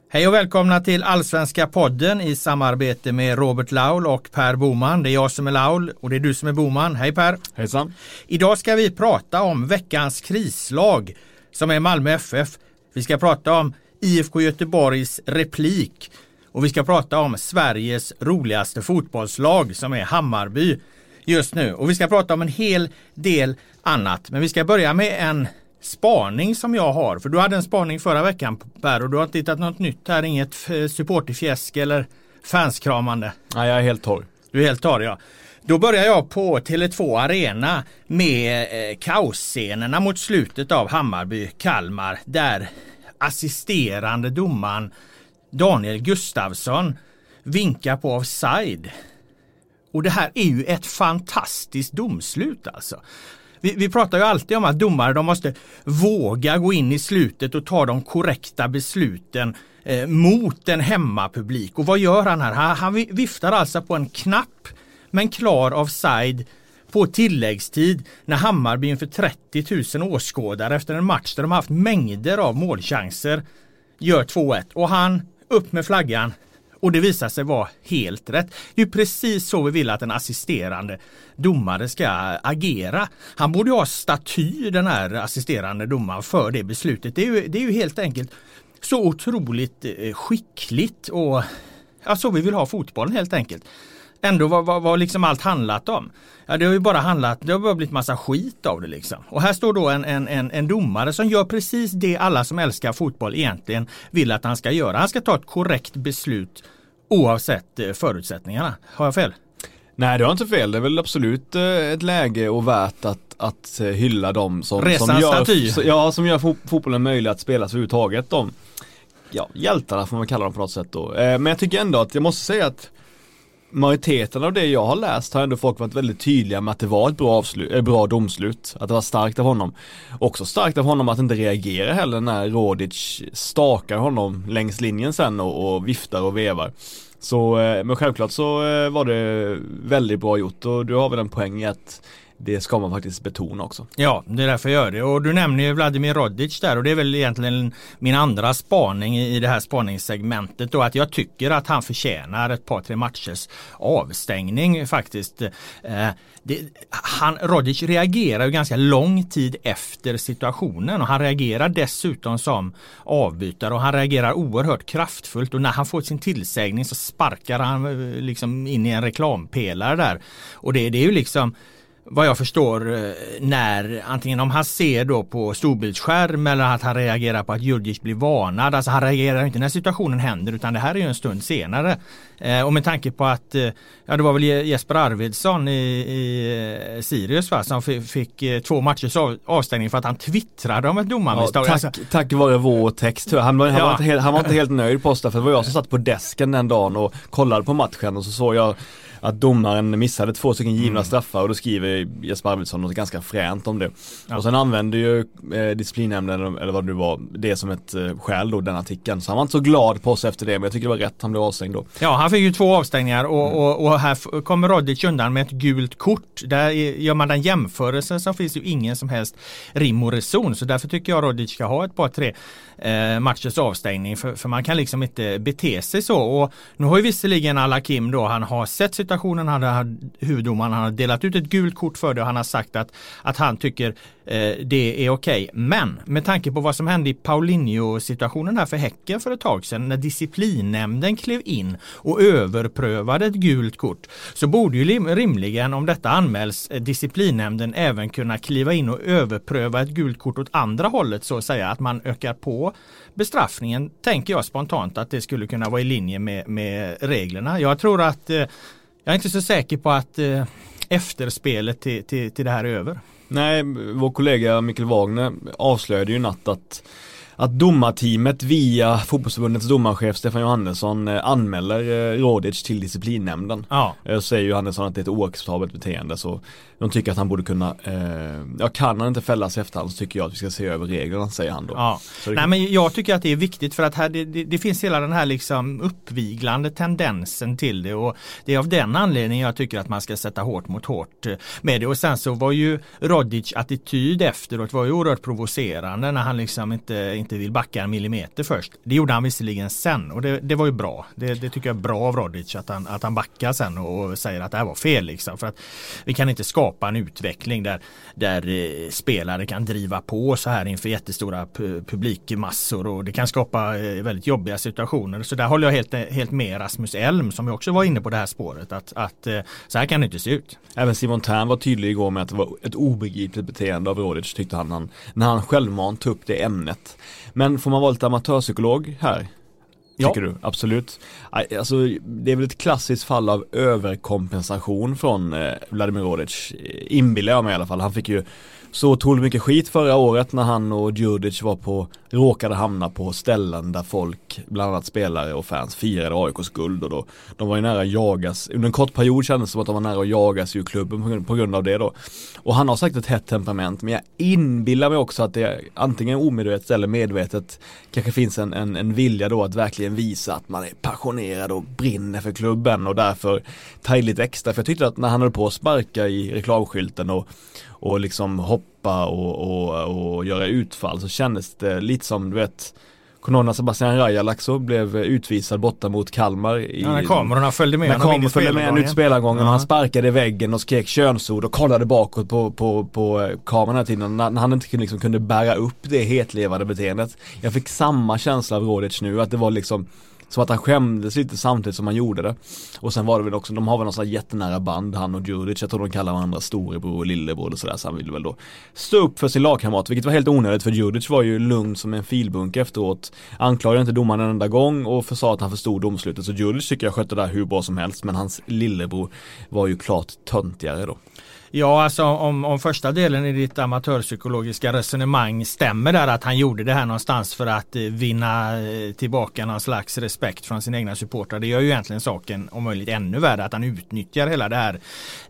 Hej och välkomna till Allsvenska podden i samarbete med Robert Laul och Per Boman. Det är jag som är Laul och det är du som är Boman. Hej Per! Hejsan! Idag ska vi prata om veckans krislag som är Malmö FF. Vi ska prata om IFK Göteborgs replik och vi ska prata om Sveriges roligaste fotbollslag som är Hammarby just nu. Och vi ska prata om en hel del annat. Men vi ska börja med en spaning som jag har. För du hade en spaning förra veckan, Per, och du har inte hittat något nytt här. Inget supporterfjäsk eller fanskramande. Nej, jag är helt torr. Du är helt torr, ja. Då börjar jag på Tele2 Arena med kaosscenerna mot slutet av Hammarby-Kalmar. Där assisterande domaren Daniel Gustafsson vinkar på offside. Och det här är ju ett fantastiskt domslut alltså. Vi pratar ju alltid om att domare de måste våga gå in i slutet och ta de korrekta besluten mot en hemmapublik. Och vad gör han här? Han viftar alltså på en knapp men klar offside på tilläggstid när Hammarby inför 30 000 åskådare efter en match där de har haft mängder av målchanser gör 2-1. Och han upp med flaggan. Och det visar sig vara helt rätt. Det är precis så vi vill att en assisterande domare ska agera. Han borde ha staty, den här assisterande domaren, för det beslutet. Det är ju helt enkelt så otroligt skickligt och ja, så vi vill ha fotbollen helt enkelt. Ändå vad liksom allt handlat om. Ja, det har ju bara blivit massa skit av det liksom. Och här står då en domare som gör precis det alla som älskar fotboll egentligen vill att han ska göra. Han ska ta ett korrekt beslut oavsett förutsättningarna. Har jag fel? Nej, det har inte fel. Det är väl absolut ett läge och värt att hylla dem som gör fotbollen möjlig att spelas överhuvudtaget. Hjältarna får man kalla dem på något sätt då. Men jag tycker ändå att jag måste säga att majoriteten av det jag har läst har ändå folk varit väldigt tydliga med att det var ett bra domslut. Att det var starkt av honom. Också starkt av honom att inte reagera heller när Rodic stakar honom längs linjen sen och viftar och vevar. Så, men självklart så var det väldigt bra gjort och du har väl en poäng i att det ska man faktiskt betona också. Ja, det är därför jag gör det. Och du nämner ju Vladimir Rodic där och det är väl egentligen min andra spaning i det här spaningssegmentet då, att jag tycker att han förtjänar ett par, 3 matchers avstängning faktiskt. Rodic reagerar ju ganska lång tid efter situationen och han reagerar dessutom som avbytare och han reagerar oerhört kraftfullt och när han får sin tillsägning så sparkar han liksom in i en reklampelare där. Och det är ju liksom vad jag förstår när antingen om han ser då på storbildsskärm eller att han reagerar på att Djurdjic blir varnad. Alltså han reagerar inte när situationen händer utan det här är ju en stund senare. Och med tanke på att det var väl Jesper Arvidsson i Sirius som fick 2 matchers avstängning för att han twittrade om ett domarmisstag. Tack vare vår text. Han var inte helt nöjd på oss för det var jag som satt på desken den dagen och kollade på matchen och så såg jag att domaren missade 2 stycken givna straffar och då skriver Jesper Arvidsson något ganska fränt om det. Ja. Och sen använde ju disciplinnämnden eller vad det var det som ett skäl då, den artikeln. Så han var inte så glad på oss efter det men jag tycker det var rätt, han blev avstängd då. Ja, han fick ju 2 avstängningar och här kommer Rodic undan med ett gult kort. Där gör man den jämförelsen så finns ju ingen som helst rim och reson. Så därför tycker jag Rodic ska ha ett par, 3 matchers avstängning för man kan liksom inte bete sig så. Och nu har ju visserligen Al-Hakim då, han har sett situationen, huvuddomaren har delat ut ett gult kort för det och han har sagt att han tycker det är okej. Men med tanke på vad som hände i Paulinho-situationen här för Häcken för ett tag sedan när disciplinnämnden klev in och överprövade ett gult kort så borde ju rimligen om detta anmäls disciplinnämnden även kunna kliva in och överpröva ett gult kort åt andra hållet så att säga, att man ökar på bestraffningen. Tänker jag spontant att det skulle kunna vara i linje med reglerna. Jag tror att jag är inte så säker på att efterspelet till det här är över. Nej, vår kollega Mikael Wagner avslöjade ju natt att domarteamet via fotbollsförbundets domarchef Stefan Johannesson anmäler Rodic till disciplinnämnden. Ja. Så säger Johannesson att det är ett oacceptabelt beteende så de tycker att han borde kunna kan han inte fällas i efterhand så tycker jag att vi ska se över reglerna, säger han då. Ja. Men jag tycker att det är viktigt för att här, det finns hela den här liksom uppviglande tendensen till det och det är av den anledningen jag tycker att man ska sätta hårt mot hårt med det. Och sen så var ju Rodic attityd efteråt var ju oerhört provocerande när han liksom inte inte vill backa en millimeter först. Det gjorde han visserligen sen och det var ju bra. Det tycker jag är bra av Rodic att han backar sen och säger att det här var fel liksom. För att vi kan inte skapa en utveckling där spelare kan driva på så här inför jättestora publikmassor och det kan skapa väldigt jobbiga situationer. Så där håller jag helt med Rasmus Elm som också var inne på det här spåret att så här kan det inte se ut. Även Simon Tern var tydlig igår med att det var ett obegripligt beteende av Rodic, tyckte han när han självmant tog upp det ämnet. Men får man vara lite amatörpsykolog här? Tycker du? Absolut. Alltså, det är väl ett klassiskt fall av överkompensation från Vladimir Rodic. Inbillar jag mig i alla fall. Han fick ju så otroligt mycket skit förra året när han och Djurdjic råkade hamna på ställen där folk, bland annat spelare och fans, firade AIKs guld och då, de var ju nära att jagas. Under en kort period kändes det som att de var nära att jagas ur klubben på grund av det då. Och han har sagt ett hett temperament, men jag inbillar mig också att det antingen omedvetet eller medvetet kanske finns en vilja då att verkligen visa att man är passionerad och brinner för klubben och därför tar i lite extra. För jag tyckte att när han höll på att sparka i reklamskylten och liksom hoppa och göra utfall så kändes det lite som, du vet, Konona Sebastian Rajalaxo blev utvisad borta mot Kalmar när kamerorna följde med ut spelargången och han sparkade i väggen och skrek könsord och kollade bakåt på kameran hela tiden när han inte liksom kunde bära upp det hetlevande beteendet. Jag fick samma känsla av Rodic nu, att det var liksom som att han skämdes lite samtidigt som han gjorde det. Och sen var det väl också, de har väl någon sån här jättenära band, han och Djurdjic. Jag tror de kallar varandra storebror och lillebror och sådär. Så han ville väl då stå upp för sin lagkamrat, vilket var helt onödigt för Djurdjic var ju lugn som en filbunk efteråt. Anklagade inte domaren en enda gång och sa att han förstod domslutet. Så Djurdjic tycker jag skötte det där hur bra som helst, men hans lillebror var ju klart töntigare då. Ja, alltså om första delen i ditt amatörpsykologiska resonemang stämmer där, att han gjorde det här någonstans för att vinna tillbaka någon slags respekt från sina egna supportrar. Det gör ju egentligen saken om möjligt ännu värre, att han utnyttjar hela det här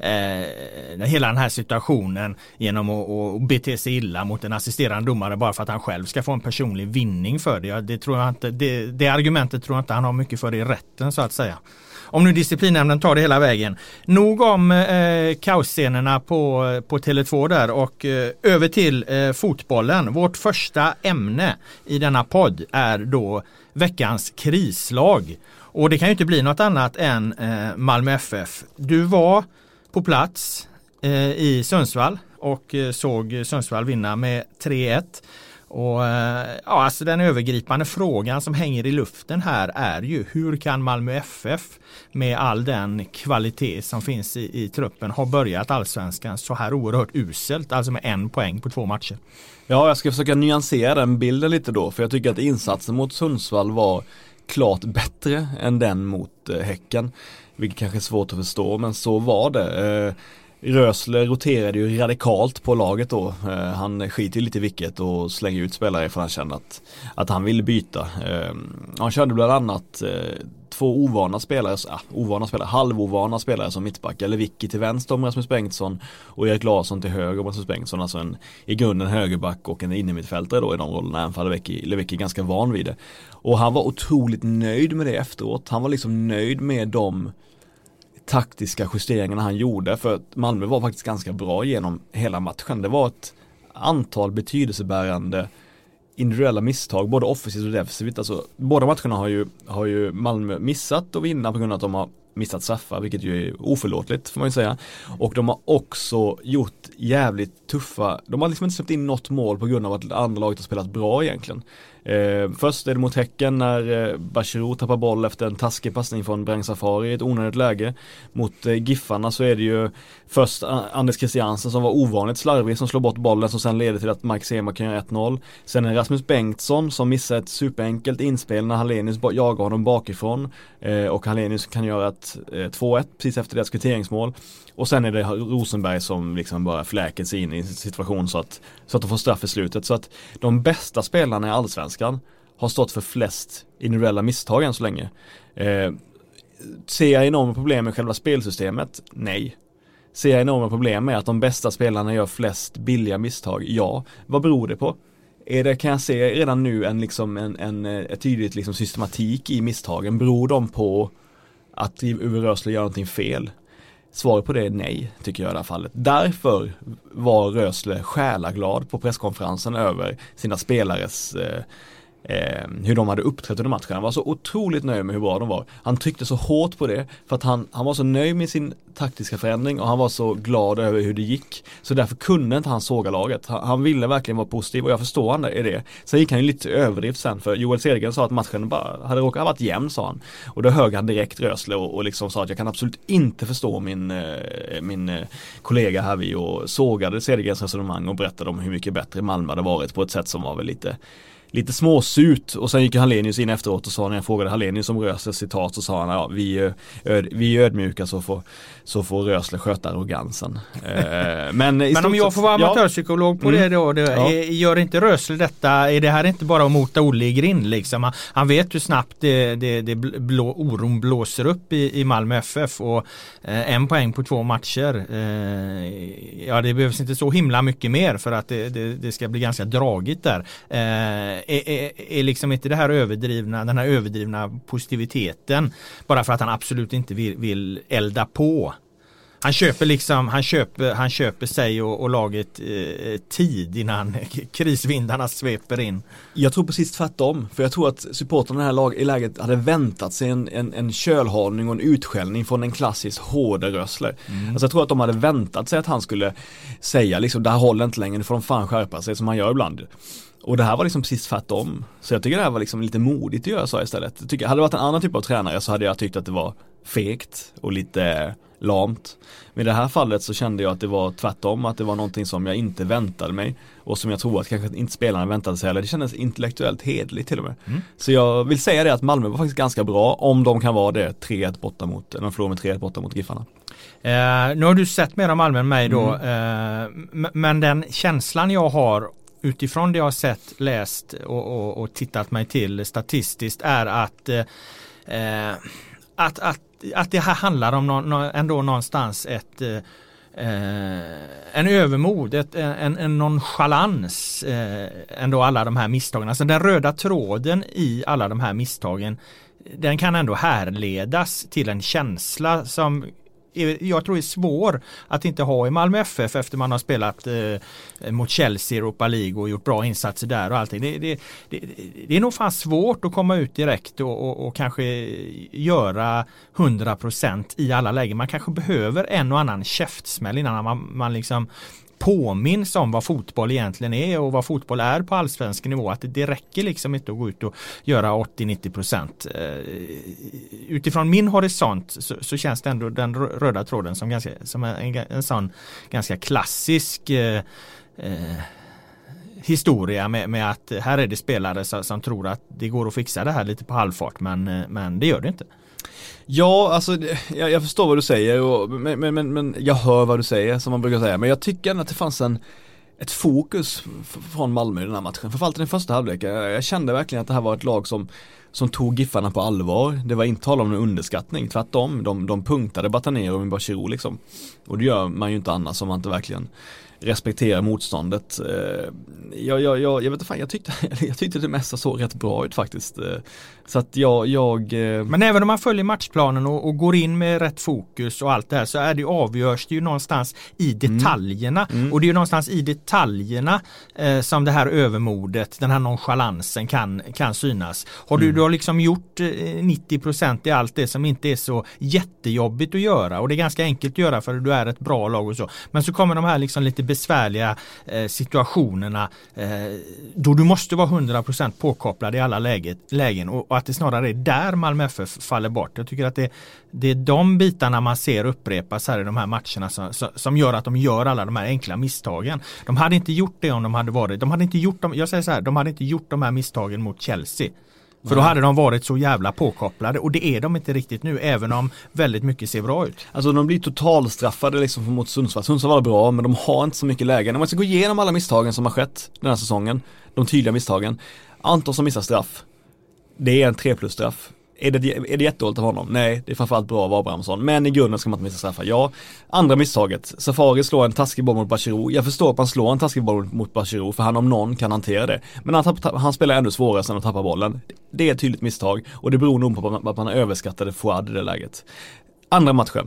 hela den här situationen genom att bete sig illa mot en assisterande domare bara för att han själv ska få en personlig vinning för det. Det tror jag inte, det argumentet tror jag inte han har mycket för i rätten, så att säga. Om nu disciplinnämnden tar det hela vägen. Nog om kaosscenerna på Tele2 där och över till fotbollen. Vårt första ämne i denna podd är då veckans krislag. Och det kan ju inte bli något annat än Malmö FF. Du var på plats i Sundsvall och såg Sundsvall vinna med 3-1. Och ja, alltså den övergripande frågan som hänger i luften här är ju: hur kan Malmö FF med all den kvalitet som finns i truppen ha börjat allsvenskan så här oerhört uselt, alltså med 1 poäng på 2 matcher? Ja, jag ska försöka nyansera den bilden lite då, för jag tycker att insatsen mot Sundsvall var klart bättre än den mot Häcken, vilket kanske är svårt att förstå, men så var det. Rösler roterade ju radikalt på laget då. Han skiter ju lite i vilket och slänger ut spelare för han kände att han ville byta. Han körde bland annat 2 halvovana spelare som mittback, eller Vicky till vänster om Rasmus Bengtsson och Erik Larsson till höger om Rasmus Bengtsson, alltså i grunden högerback och en innermittfältare då i de rollerna, även fall Lewicki är ganska van vid det. Och han var otroligt nöjd med det efteråt. Han var liksom nöjd med de taktiska justeringarna han gjorde, för att Malmö var faktiskt ganska bra genom hela matchen. Det var ett antal betydelsebärande individuella misstag, både offensivt och defensivt. Alltså, båda matcherna har ju Malmö missat att vinna på grund av att de har missat straffar, vilket ju är oförlåtligt får man ju säga. Och de har också gjort jävligt tuffa, de har liksom inte släppt in något mål på grund av att andra laget har spelat bra egentligen. Först är det mot Häcken när Bachirou tappar boll efter en taskig passning från Breng Safari i ett onödigt läge. Mot Giffarna så är det ju först Anders Christiansen som var ovanligt slarvig som slår bort bollen, som sen leder till att Mike Sema kan göra 1-0. Sen är det Rasmus Bengtsson som missar ett superenkelt inspel när Hallenius jagar honom bakifrån och Hallenius kan göra ett 2-1 precis efter deras kvitteringsmål. Och sen är det Rosenberg som liksom bara fläker sig in i situation så att de får straff i slutet. Så att de bästa spelarna i allsvenskan har stått för flest individuella misstag än så länge. Ser jag enorma problem med själva spelsystemet? Nej. Ser jag enorma problem med att de bästa spelarna gör flest billiga misstag? Ja. Vad beror det på? Kan jag se redan nu en tydligt liksom systematik i misstagen? Beror de på att Uwe Rösler gör någonting fel? Svaret på det är nej, tycker jag i det här fallet. Därför var Rösle själaglad på presskonferensen över sina spelares hur de hade uppträtt under matchen. Han var så otroligt nöjd med hur bra de var. Han tryckte så hårt på det för att han var så nöjd med sin taktiska förändring och han var så glad över hur det gick. Så därför kunde inte han såga laget. Han ville verkligen vara positiv och jag förstår han i det. Sen gick han ju lite överdrift sen, för Joel Cedergren sa att matchen bara hade råkat ha varit jämn, sa han. Och då högg han direkt Rösle och liksom sa att jag kan absolut inte förstå min kollega här vid, och sågade Cedergrens resonemang och berättade om hur mycket bättre Malmö hade varit på ett sätt som var väl lite småsurt. Och sen gick Hallenius in efteråt och sa, när jag frågade Hallenius om Rösle citat, så sa han, ja, vi är ödmjuka så får Rösle sköta arrogansen. Men om jag får vara amatörpsykolog på det då, gör inte Rösle detta, är det här inte bara att mota Olle i grind liksom? Han vet hur snabbt oron blåser upp i Malmö FF, och 1 poäng på 2 matcher. Det behövs inte så himla mycket mer för att det ska bli ganska dragigt där. Är liksom inte det här den här överdrivna positiviteten bara för att han absolut inte vill elda på. Han köper sig och laget tid innan krisvindarna sveper in. Jag tror precis tvärtom, för jag tror att supporterna i det här läget hade väntat sig en kölhalning och en utskällning från en klassisk hårda Rösle. Alltså jag tror att de hade väntat sig att han skulle säga liksom, det här håller inte längre, nu får de fan skärpa sig, som han gör ibland. Och det här var liksom precis tvärtom. Så jag tycker det här var liksom lite modigt att göra så istället. Jag tycker, hade det varit en annan typ av tränare så hade jag tyckt att det var fegt och lite lamt. Men i det här fallet så kände jag att det var tvärtom, att det var någonting som jag inte väntade mig och som jag tror att kanske inte spelarna väntade sig, eller det kändes intellektuellt hedligt till och med. Så jag vill säga det att Malmö var faktiskt ganska bra, om de kan vara det 3-1 borta de förlorar med 3-1 borta mot Giffarna. Nu har du sett mer om Malmö än mig då, men den känslan jag har utifrån det jag har sett, läst och tittat mig till statistiskt är att det här handlar om ändå någonstans en övermod, en nonchalans, ändå alla de här misstagen. Alltså den röda tråden i alla de här misstagen, den kan ändå härledas till en känsla som jag tror är svår att inte ha i Malmö FF efter man har spelat mot Chelsea i Europa League och gjort bra insatser där och allting. Det är nog fan svårt att komma ut direkt och kanske göra 100% i alla lägen. Man kanske behöver en och annan käftsmäll innan man liksom påminns om vad fotboll egentligen är och vad fotboll är på allsvensk nivå. Att det räcker liksom inte att gå ut och göra 80-90%. Utifrån min horisont så känns det ändå den röda tråden som en sån ganska klassisk historia med att här är det spelare som tror att det går att fixa det här lite på halvfart, men det gör det inte. Ja, alltså jag förstår vad du säger men jag hör vad du säger, som man brukar säga, men jag tycker ändå att det fanns ett fokus från Malmö i den här matchen, framförallt i den första halvlek. Jag kände verkligen att det här var ett lag som tog Giffarna på allvar. Det var inte tal om en underskattning, tvärtom, de punktade Batanero med Bachirou liksom, och det gör man ju inte annars om man inte verkligen respektera motståndet. Jag vet inte fan, jag tyckte det mesta såg rätt bra ut faktiskt. Så att Men även om man följer matchplanen och går in med rätt fokus och allt det här, så är det avgörs det ju någonstans i detaljerna. Och det är ju någonstans i detaljerna som det här övermodet, den här nonchalansen kan synas. Du har liksom gjort 90% i allt det som inte är så jättejobbigt att göra, och det är ganska enkelt att göra för att du är ett bra lag och så. Men så kommer de här liksom lite besvärliga situationerna då du måste vara 100% påkopplad i alla lägen, och att det snarare är där Malmö FF faller bort. Jag tycker att det är de bitarna man ser upprepas här i de här matcherna som gör att de gör alla de här enkla misstagen. De hade inte gjort det om de hade inte gjort de här misstagen mot Chelsea. För då hade de varit så jävla påkopplade, och det är de inte riktigt nu, även om väldigt mycket ser bra ut. Alltså de blir totalstraffade liksom mot Sundsvall. Sundsvall var bra, men de har inte så mycket lägen. Om man ska gå igenom alla misstagen som har skett den här säsongen, de tydliga misstagen. Anton som missar straff, det är en 3+ straff. Är det jättedåligt av honom? Nej, det är framförallt bra av Abrahamsson. Men i grunden ska man inte missa straffar. Ja, andra misstaget. Safari slår en taskig boll mot Bachirou. Jag förstår att man slår en taskig boll mot Bachirou, för han om någon kan hantera det. Men han spelar ändå svårare än att tappa bollen. Det är ett tydligt misstag, och det beror nog på att man överskattade Fouad i det läget. Andra matchen.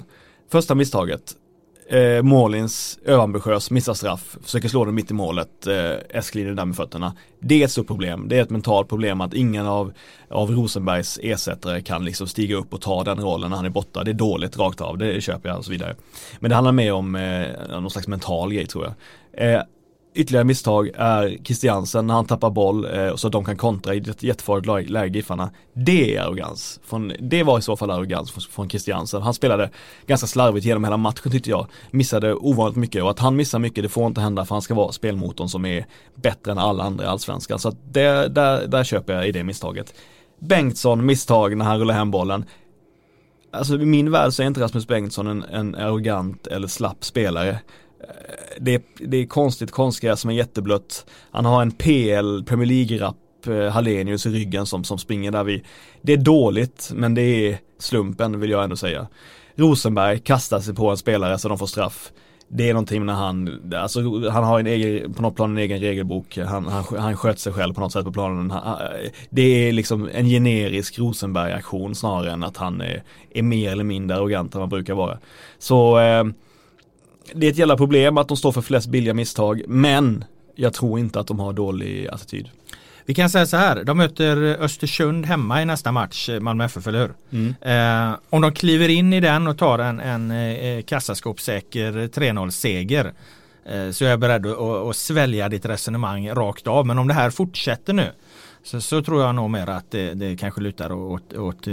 Första misstaget. Målins överambitiös missar straff, försöker slå den mitt i målet, glider där med fötterna. Det är ett stort problem, det är ett mentalt problem att ingen av Rosenbergs ersättare kan liksom stiga upp och ta den rollen när han är borta. Det är dåligt rakt av, det köper jag och så vidare. Men det handlar mer om någon slags mental grej tror jag. Ytterligare misstag är Christiansen när han tappar boll så att de kan kontra i ett jättefarligt läge Giffarna. Det är arrogans. Det var i så fall arrogans från Christiansen. Han spelade ganska slarvigt genom hela matchen tyckte jag. Missade ovanligt mycket och att han missar mycket det får inte hända för han ska vara spelmotorn som är bättre än alla andra i allsvenskan. Så att där köper jag i det misstaget. Bengtsson misstag när han rullar hem bollen. Alltså i min värld så är inte Rasmus Bengtsson en arrogant eller slapp spelare. Det är konstgräs som är jätteblött. Han har en Premier League-rapp Hallenius i ryggen som springer där vid. Det är dåligt, men det är slumpen vill jag ändå säga. Rosenberg kastar sig på en spelare så de får straff. Det är någonting när han har på något plan en egen regelbok. Han sköt sig själv på något sätt på planen. Det är liksom en generisk Rosenberg-aktion snarare än att han är mer eller mindre arrogant än man brukar vara. Så det är ett jävla problem att de står för flest billiga misstag, men jag tror inte att de har dålig attityd. Vi kan säga så här, de möter Östersund hemma i nästa match, Malmö FF, eller hur? Om de kliver in i den och tar en kassaskåpssäker 3-0-seger så är jag beredd att svälja ditt resonemang rakt av. Men om det här fortsätter nu så tror jag nog mer att det kanske lutar åt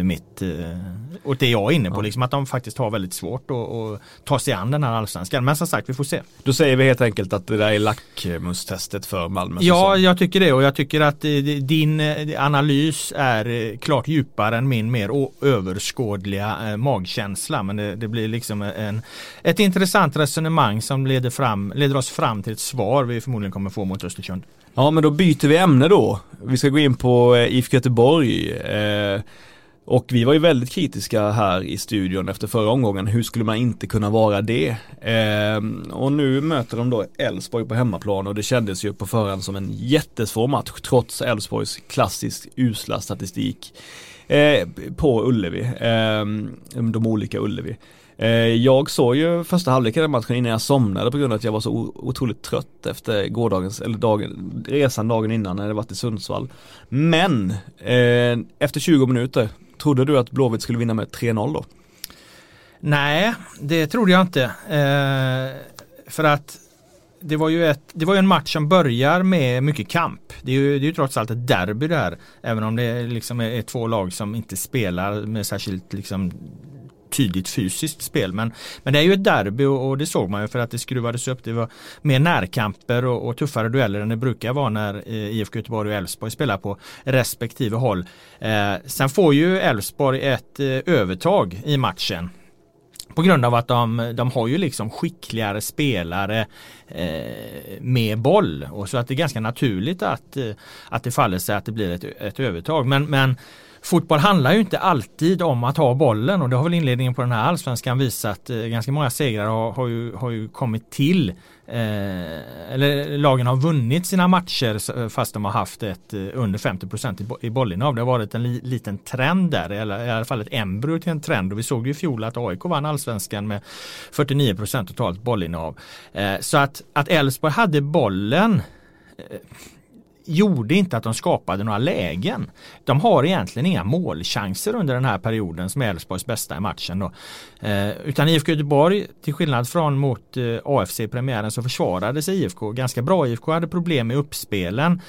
det jag är inne på. Liksom att de faktiskt har väldigt svårt att ta sig an den här allsvenskan. Men som sagt, vi får se. Då säger vi helt enkelt att det där är lackmustestet för Malmö. Ja, jag tycker det. Och jag tycker att din analys är klart djupare än min mer överskådliga magkänsla. Men det blir liksom ett intressant resonemang som leder oss fram till ett svar vi förmodligen kommer få mot Östersund. Ja, men då byter vi ämne då. Vi ska gå in på IFK Göteborg. Och vi var ju väldigt kritiska här i studion efter förra omgången. Hur skulle man inte kunna vara det? Och nu möter de då Elfsborg på hemmaplan och det kändes ju på förhand som en jättesvår match trots Elfsborgs klassiskt usla statistik på Ullevi. De olika Ullevi. Jag såg ju första halvlek i den matchen innan jag somnade på grund av att jag var så otroligt trött efter resan dagen innan när det var i Sundsvall. Men efter 20 minuter trodde du att Blåvitt skulle vinna med 3-0 då? Nej, det trodde jag inte. För att det var ju en match som börjar med mycket kamp. Det är ju trots allt ett derby där. Även om det liksom är två lag som inte spelar med särskilt liksom tydligt fysiskt spel. Men det är ju ett derby och det såg man ju för att det skruvades upp. Det var mer närkamper och tuffare dueller än det brukar vara när IFK Göteborg och Elfsborg spelar på respektive håll. Sen får ju Elfsborg ett övertag i matchen. På grund av att de har ju liksom skickligare spelare med boll. Och så att det är ganska naturligt att det faller sig att det blir ett övertag. Men fotboll handlar ju inte alltid om att ha bollen och det har väl inledningen på den här allsvenskan visat. Ganska många segrar har ju kommit till eller lagen har vunnit sina matcher fast de har haft ett under 50% i bollinnehav. Det har varit en liten trend där, eller i alla fall ett embryo till en trend och vi såg ju i fjol att AIK vann allsvenskan med 49% totalt bollinnehav. Så att Elfsborg hade bollen gjorde inte att de skapade några lägen. De har egentligen inga målchanser under den här perioden som är Elfsborgs bästa i matchen då. Utan IFK Göteborg, till skillnad från mot AFC i premiären, så försvarade sig IFK ganska bra. IFK hade problem med uppspelen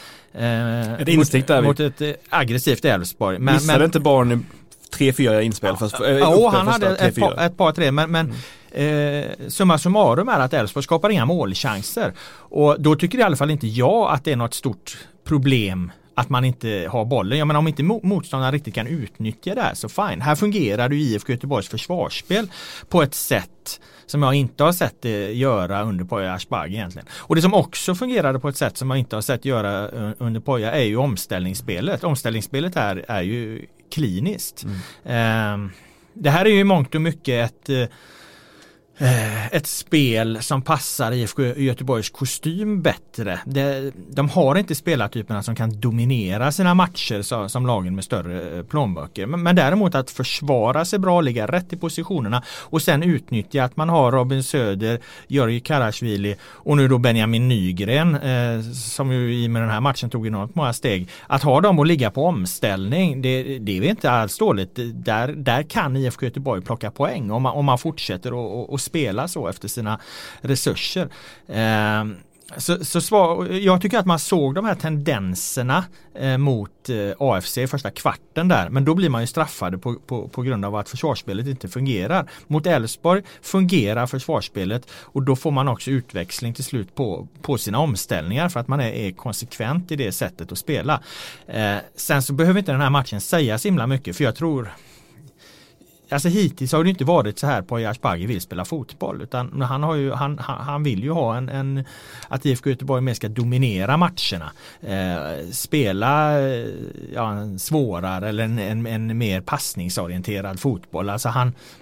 mot ett aggressivt Elfsborg. Missade inte Barn 3-4 inspel? Han hade ett par tre, men summa summarum är att Elfsborg skapar inga målchanser och då tycker i alla fall inte jag att det är något stort problem att man inte har bollen. Jag menar, om inte motståndaren riktigt kan utnyttja det här så fine. Här fungerar ju IFK Göteborgs försvarsspel på ett sätt som jag inte har sett det göra under Poya Asbaghi egentligen. Och det som också fungerade på ett sätt som jag inte har sett göra under Poya är ju omställningsspelet. Omställningsspelet här är ju kliniskt. Det här är ju i mångt och mycket ett spel som passar IFK Göteborgs kostym bättre. De har inte spelartyperna som kan dominera sina matcher som lagen med större plånböcker. Men däremot att försvara sig bra, ligga rätt i positionerna och sen utnyttja att man har Robin Söder, Georgi Karashvili och nu då Benjamin Nygren som ju i med den här matchen tog enormt många steg. Att ha dem och ligga på omställning, det är inte alls dåligt. Där kan IFK Göteborg plocka poäng om man fortsätter och spela så efter sina resurser. Så jag tycker att man såg de här tendenserna mot AFC i första kvarten där, men då blir man ju straffade på grund av att försvarsspelet inte fungerar. Mot Elfsborg fungerar försvarsspelet och då får man också utväxling till slut på sina omställningar för att man är konsekvent i det sättet att spela. Sen så behöver inte den här matchen säga så himla mycket, för jag tror alltså hittills har det inte varit så här på Asbaghi vill spela fotboll, utan han vill ju ha att IFK Göteborg mer ska dominera matcherna, spela en svårare eller en mer passningsorienterad fotboll. Alltså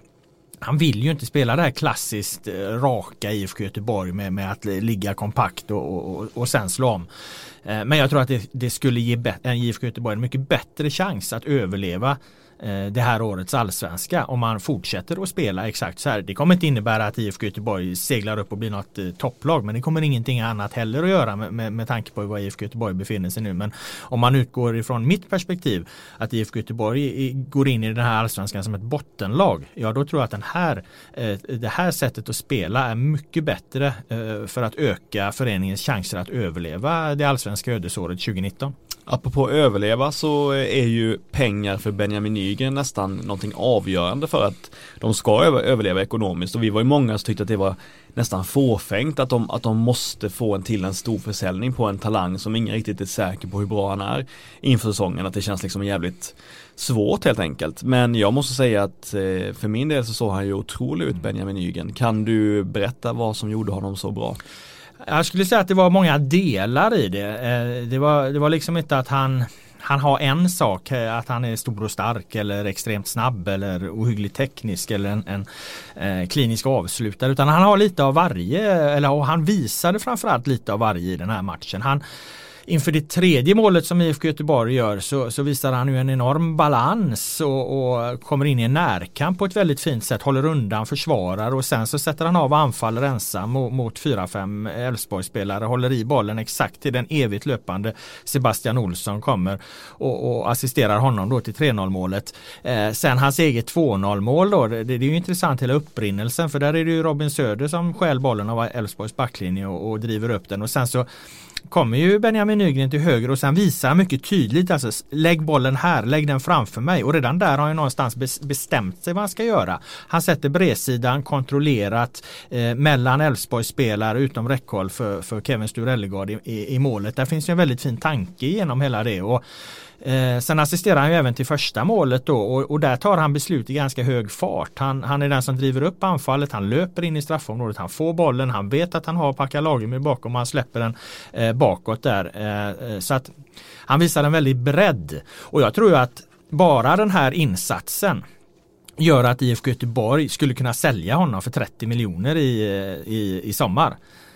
han vill ju inte spela det här klassiskt raka IFK Göteborg med att ligga kompakt och sen slå om. Men jag tror att det skulle ge IFK Göteborg en mycket bättre chans att överleva det här årets allsvenska om man fortsätter att spela exakt så här. Det kommer inte innebära att IFK Göteborg seglar upp och blir något topplag, men det kommer ingenting annat heller att göra med tanke på var IFK Göteborg befinner sig nu. Men om man utgår ifrån mitt perspektiv att IFK Göteborg går in i den här allsvenskan som ett bottenlag, ja då tror jag att det här sättet att spela är mycket bättre för att öka föreningens chanser att överleva det allsvenska ödesåret 2019. Apropå överleva så är ju pengar för Benjamin Nygren nästan någonting avgörande för att de ska överleva ekonomiskt, och vi var ju många som tyckte att det var nästan fåfängt att de måste få en stor försäljning på en talang som ingen riktigt är säker på hur bra han är inför säsongen, att det känns liksom jävligt svårt helt enkelt. Men jag måste säga att för min del så såg han ju otroligt ut, Benjamin Nygren. Kan du berätta vad som gjorde honom så bra? Jag skulle säga att det var många delar i det. Det var liksom inte att han har en sak, att han är stor och stark eller extremt snabb eller ohyggligt teknisk eller en klinisk avslutare, utan han har lite av varje, och han visade framförallt lite av varje i den här matchen. Inför det tredje målet som IFK Göteborg gör så visar han ju en enorm balans och kommer in i en närkamp på ett väldigt fint sätt, håller undan, försvarar och sen så sätter han av anfall ensam mot 4-5 Elfsborgsspelare, håller i bollen exakt till den evigt löpande Sebastian Olsson kommer och assisterar honom då till 3-0 målet. Sen hans eget 2-0 mål då, det är ju intressant hela upprinnelsen, för där är det ju Robin Söder som stjäl bollen av Elfsborgs backlinje och driver upp den, och sen så kommer ju Benjamin Nygren till höger och sen visar han mycket tydligt, alltså lägg bollen här, lägg den framför mig, och redan där har han ju någonstans bestämt sig vad han ska göra. Han sätter bredsidan kontrollerat mellan Elfsborgs spelare utom räckhåll för Kevin Sturellegard i målet. Där finns ju en väldigt fin tanke genom hela det, och sen assisterar han ju även till första målet då, och där tar han beslut i ganska hög fart. Han är den som driver upp anfallet, han löper in i straffområdet, han får bollen, han vet att han har Packa Lagemyr bakom och han släpper den bakåt där. Så att han visar en väldigt bredd, och jag tror ju att bara den här insatsen gör att IFK Göteborg skulle kunna sälja honom för 30 miljoner i sommar.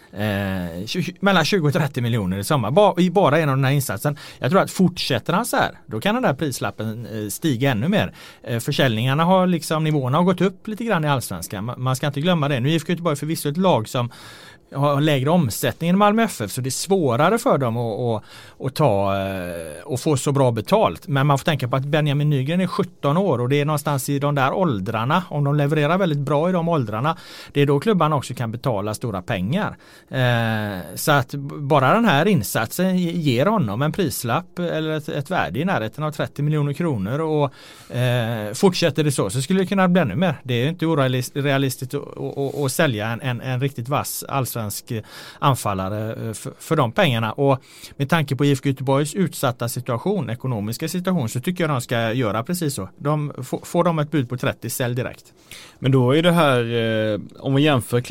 Mellan 20 och 30 miljoner i sommar bara en av den här insatsen. Jag tror att fortsätter han så här, då kan den där prislappen stiga ännu mer. Försäljningarna har liksom, nivåerna har gått upp lite grann i allsvenskan. Man ska inte glömma det. Nu är IFK Göteborg förvisso ett lag som har lägre omsättning än Malmö FF, så det är svårare för dem att ta och få så bra betalt. Men man får tänka på att Benjamin Nygren är 17 år och det är någonstans i de där åldrarna, om de levererar väldigt bra i de åldrarna, det är då klubban också kan betala stora pengar. Så att bara den här insatsen ger honom en prislapp eller ett värde i närheten av 30 miljoner kronor, och fortsätter det så skulle det kunna bli ännu mer. Det är inte orealistiskt att sälja en riktigt vass allsvensk anfallare för de pengarna, och med tanke på IFK Göteborgs utsatta situation, ekonomiska situation, så tycker jag de ska göra precis så. Får de ett bud på 30, sälj direkt. Men då är det här, om vi jämför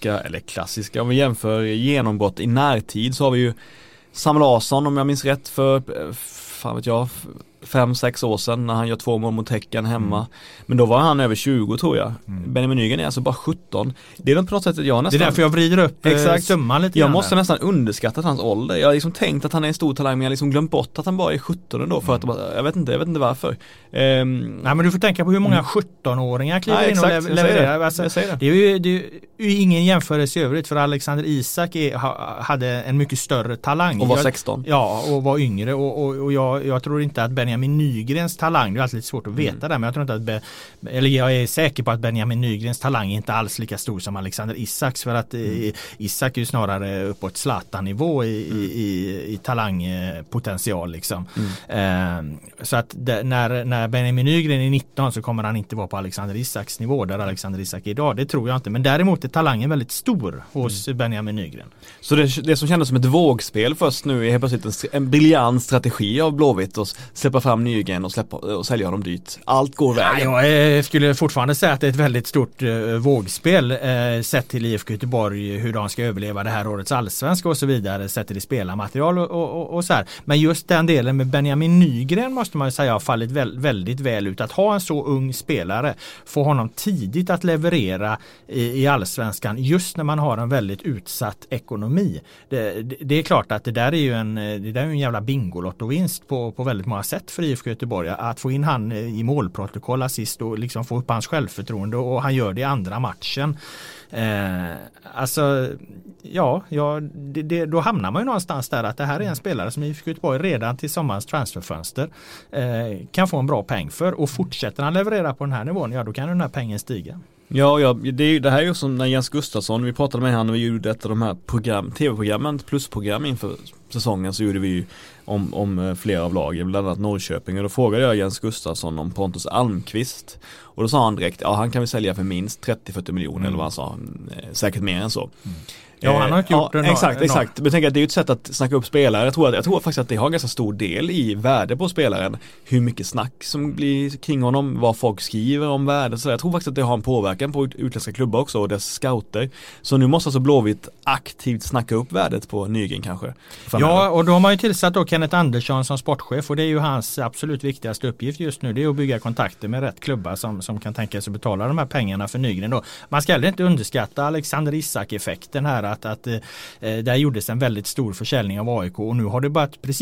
om vi jämför genombrott i närtid, så har vi ju Sam Larsson, om jag minns rätt, för 5-6 år sedan när han gör 2 mål mot Häcken hemma. Men då var han över 20 tror jag. Benjamin Nygren är alltså bara 17. Det är något på något sätt att jag nästan... Det är därför jag vrider upp summan lite. Jag måste nästan underskatta hans ålder. Jag har liksom tänkt att han är en stor talang, men jag har liksom glömt bort att han bara är 17 ändå. För att jag vet inte varför. Nej, men du får tänka på hur många 17-åringar kliver in och levererar. Alltså, det är ju ingen jämförelse i övrigt, för Alexander Isak hade en mycket större talang. Och var 16. Ja, och var yngre. Och jag tror inte att Benjamin Nygrens talang, det är alltid lite svårt att veta det, men jag tror inte att jag är säker på att Benjamin Nygrens talang är inte alls lika stor som Alexander Isaks, för att Isak är ju snarare uppåt Zlatan-nivå i talangpotential liksom. Så att när Benjamin Nygren är 19 så kommer han inte vara på Alexander Isaks nivå där Alexander Isak är idag, det tror jag inte, men däremot är talangen väldigt stor hos Benjamin Nygren. Så det som kändes som ett vågspel först nu är helt plötsligt en briljant strategi av Blåvitt att släppa fram Nygren och sälja dem dyrt. Allt går vägen. Jag skulle fortfarande säga att det är ett väldigt stort vågspel sett till IFK Göteborg, hur de ska överleva det här årets allsvenska och så vidare, sett till spelarmaterial och så här. Men just den delen med Benjamin Nygren måste man ju säga har fallit väldigt väl ut. Att ha en så ung spelare, få honom tidigt att leverera i allsvenskan just när man har en väldigt utsatt ekonomi. Det är klart att det där är ju en jävla bingolottovinst på väldigt många sätt för IFK Göteborg. Att få in han i målprotokoll assist och liksom få upp hans självförtroende, och han gör det i andra matchen. Då hamnar man ju någonstans där att det här är en spelare som IFK Göteborg redan till sommarens transferfönster kan få en bra peng för, och fortsätter han leverera på den här nivån, då kan den här pengen stiga. Ja, det här är ju som när Jens Gustafsson, vi pratade med han och vi gjorde ett av de här tv-programmen, plusprogram inför säsongen, så gjorde vi ju om flera av lagen, bland annat Norrköping, och då frågade jag Jens Gustafsson om Pontus Almqvist, och då sa han direkt, han kan vi sälja för minst 30-40 miljoner eller vad han sa, säkert mer än så. Ja, han har inte gjort det. Exakt. Men tänk att det är ju ett sätt att snacka upp spelare. Jag tror faktiskt att det har en ganska stor del i värde på spelaren. Hur mycket snack som blir kring honom, vad folk skriver om värde. Så jag tror faktiskt att det har en påverkan på utländska klubbar också och dess scouter. Så nu måste alltså Blåvitt aktivt snacka upp värdet på Nygren kanske. Ja, och då har man ju tillsatt då Kenneth Andersson som sportchef, och det är ju hans absolut viktigaste uppgift just nu. Det är att bygga kontakter med rätt klubbar som kan tänka sig betala de här pengarna för Nygren då. Man ska heller inte underskatta Alexander Isak-effekten här, att där gjordes en väldigt stor försäljning av AIK, och nu har det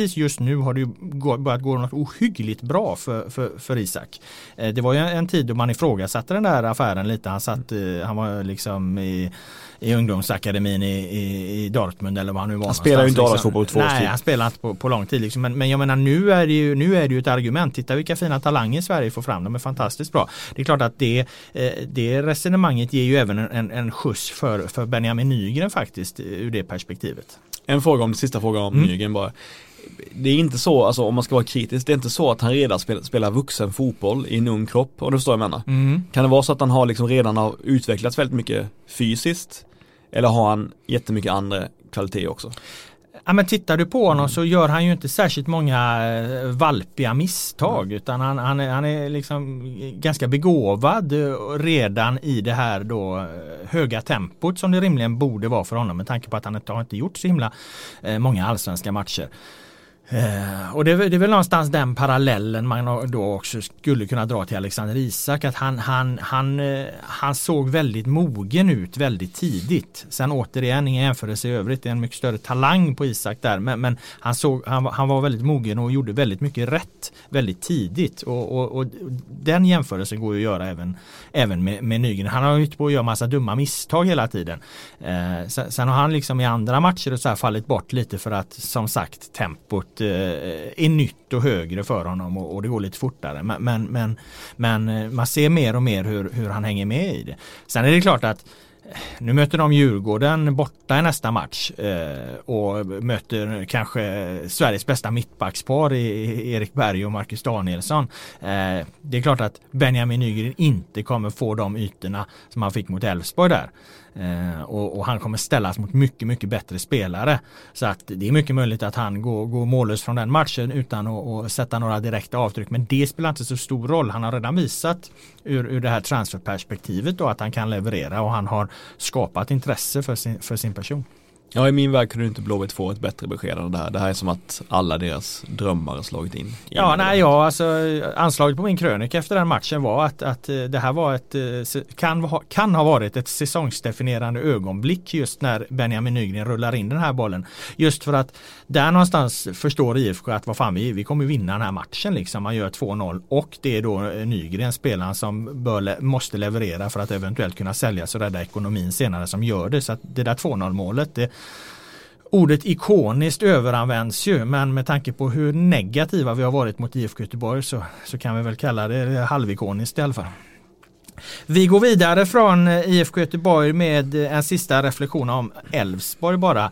börjat gå något ohyggligt bra för Isak. Det var ju en tid då man ifrågasatte den där affären lite. Han var liksom i ungdomsakademin i Dortmund eller vad han nu var. Han spelar ju inte A-lagsfotboll på 2 år. Nej, han spelar inte på lång tid liksom. Men jag menar, nu är det ju ett argument. Titta vilka fina talanger Sverige får fram. De är fantastiskt bra. Det är klart att det resonemanget ger ju även en skjuts för Benjamin Nygren faktiskt ur det perspektivet. Sista fråga om Nygren bara. Det är inte så, alltså om man ska vara kritisk, det är inte så att han redan spelar vuxen fotboll i en ung kropp, och det förstår jag menar. Kan det vara så att han har liksom redan utvecklats väldigt mycket fysiskt, eller har han jättemycket andra kvaliteter också? Ja, men tittar du på honom så gör han ju inte särskilt många valpiga misstag, utan han är liksom ganska begåvad redan i det här då höga tempot som det rimligen borde vara för honom, med tanke på att han har inte gjort så himla många allsvenska matcher. Och det är väl någonstans den parallellen man då också skulle kunna dra till Alexander Isak, att han såg väldigt mogen ut väldigt tidigt. Sen återigen ingen jämförelse i övrigt, det är en mycket större talang på Isak där, men han var väldigt mogen och gjorde väldigt mycket rätt väldigt tidigt, och den jämförelsen går ju att göra även med Nygren. Han har ju inte på att göra massa dumma misstag hela tiden. Sen har han liksom i andra matcher och så här fallit bort lite för att, som sagt, tempot är nytt och högre för honom, och det går lite fortare, men man ser mer och mer hur han hänger med i det. Sen är det klart att nu möter de Djurgården borta i nästa match och möter kanske Sveriges bästa mittbackspar i Erik Berg och Marcus Danielsson. Det är klart att Benjamin Nygren inte kommer få de ytorna som han fick mot Elfsborg där. Och han kommer ställas mot mycket, mycket bättre spelare. Så att det är mycket möjligt att han går mållös från den matchen utan att sätta några direkta avtryck. Men det spelar inte så stor roll. Han har redan visat ur det här transferperspektivet då att han kan leverera, och han har skapat intresse för sin person. Ja, i min värld kunde inte Blåvitt få ett bättre besked än det här. Det här är som att alla deras drömmar har slagit in. Alltså anslaget på min krönika efter den matchen var att det här var kan ha varit ett säsongsdefinierande ögonblick just när Benjamin Nygren rullar in den här bollen. Just för att där någonstans förstår IFK att vad fan, vi kommer vinna den här matchen liksom. Man gör 2-0 och det är då Nygren, spelaren som måste leverera för att eventuellt kunna säljas och rädda ekonomin senare, som gör det. Så att det där 2-0 målet, ordet ikoniskt överanvänds ju, men med tanke på hur negativa vi har varit mot IFK Göteborg så kan vi väl kalla det halvikoniskt i alla fall. Vi går vidare från IFK Göteborg med en sista reflektion om Elfsborg bara.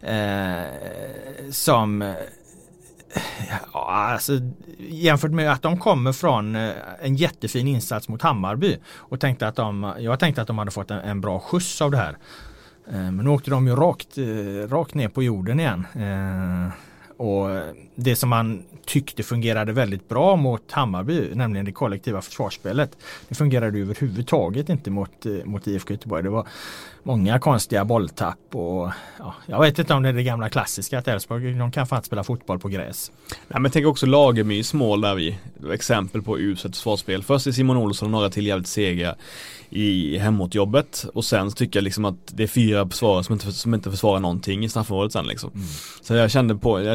Alltså, jämfört med att de kommer från en jättefin insats mot Hammarby och jag tänkte att de hade fått en bra skjuts av det här. Men nu åkte de ju rakt ner på jorden igen. Och det som man tyckte fungerade väldigt bra mot Hammarby, nämligen det kollektiva försvarsspelet, det fungerade överhuvudtaget inte mot IFK Göteborg. Det var många konstiga bolltapp och jag vet inte om det är det gamla klassiska att Elfsborg, de kan fan spela fotboll på gräs. Nej, men tänk också Lagemys mål där exempel på uselt försvarsspel. Först är Simon Olsson och några till jävligt sega i hemåtjobbet och sen tycker jag liksom att det är 4 försvarare som inte försvarar någonting i straffområdet sen liksom. Så jag kände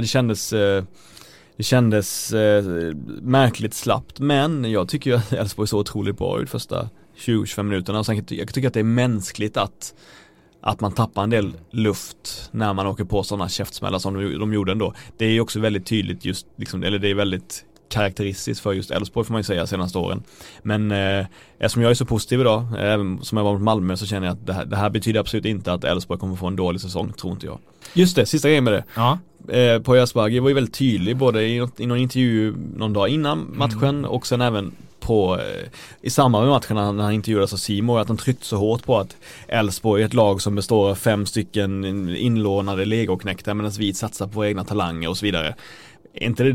det kändes märkligt slappt, men jag tycker ju att Elfsborg så otroligt bra ut första 20-25 minuterna och sen jag tycker att det är mänskligt att man tappar en del luft när man åker på sådana käftsmällar som de gjorde ändå. Det är också väldigt tydligt just liksom, eller det är väldigt karaktäristiskt för just Elfsborg får man ju säga senaste åren. Men eftersom jag är så positiv idag, även som jag var mot Malmö, så känner jag att det här betyder absolut inte att Elfsborg kommer få en dålig säsong, tror inte jag. Just det, sista grejen med det. Ja. På Asbaghi var ju väldigt tydlig både i någon intervju någon dag innan matchen och sen även i samband med matchen när han intervjuades av Simon, att han tryckte så hårt på att Elfsborg är ett lag som består av 5 stycken inlånade legoknäckta medan vi satsar på egna talanger och så vidare. Är inte det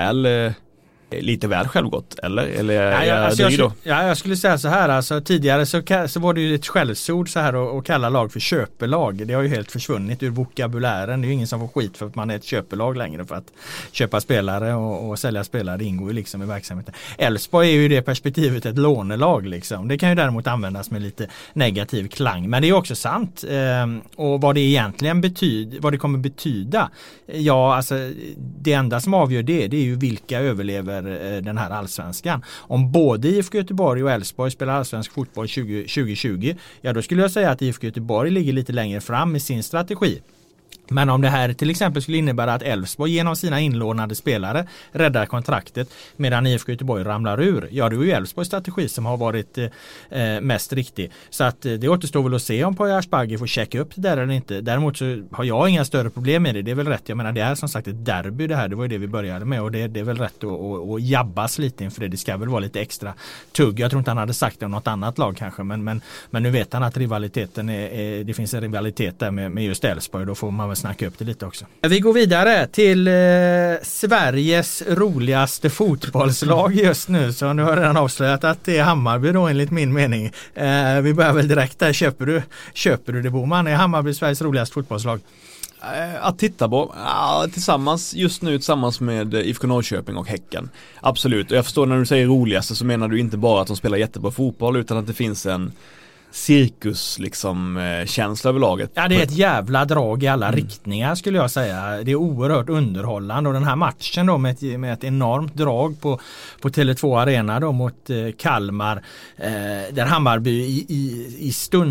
lite väl självgott eller jag skulle säga så här, alltså tidigare så var det ju ett skällsord så här att kalla lag för köpelag. Det har ju helt försvunnit ur vokabulären. Det är ju ingen som får skit för att man är ett köpelag längre, för att köpa spelare och sälja spelare, det ingår ju liksom i verksamheten. Elfsborg är ju i det perspektivet ett lånelag liksom. Det kan ju däremot användas med lite negativ klang, men det är också sant. Och vad det egentligen betyder, vad det kommer betyda, alltså det enda som avgör det är ju vilka överlever den här allsvenskan. Om både IFK Göteborg och Elfsborg spelar allsvensk fotboll 2020, då skulle jag säga att IFK Göteborg ligger lite längre fram i sin strategi. Men om det här till exempel skulle innebära att Elfsborg genom sina inlånade spelare räddar kontraktet medan IFK Göteborg ramlar ur, det är ju Elfsborgs strategi som har varit mest riktig. Så att det återstår väl att se om Poya Asbaghi får checka upp det där eller inte. Däremot så har jag inga större problem med det. Det är väl rätt. Jag menar, det är som sagt ett derby det här. Det var ju det vi började med och det är väl rätt att jabbas lite inför det. Det ska väl vara lite extra tugg. Jag tror inte han hade sagt det om något annat lag kanske, men nu vet han att rivaliteten det finns en rivalitet där med just Elfsborg. Då får man snacka upp det lite också. Vi går vidare till Sveriges roligaste fotbollslag just nu, så nu har jag redan avslöjat att det är Hammarby då enligt min mening. Vi börjar väl direkt där. Köper du det, Boman? Är Hammarby Sveriges roligaste fotbollslag? Att titta på tillsammans med IFK Norrköping och Häcken. Absolut, och jag förstår när du säger roligaste så menar du inte bara att de spelar jättebra fotboll utan att det finns en cirkus liksom känsla över laget. Ja, det är ett jävla drag i alla riktningar skulle jag säga. Det är oerhört underhållande och den här matchen då med ett enormt drag på Tele2 Arena då mot Kalmar där Hammarby i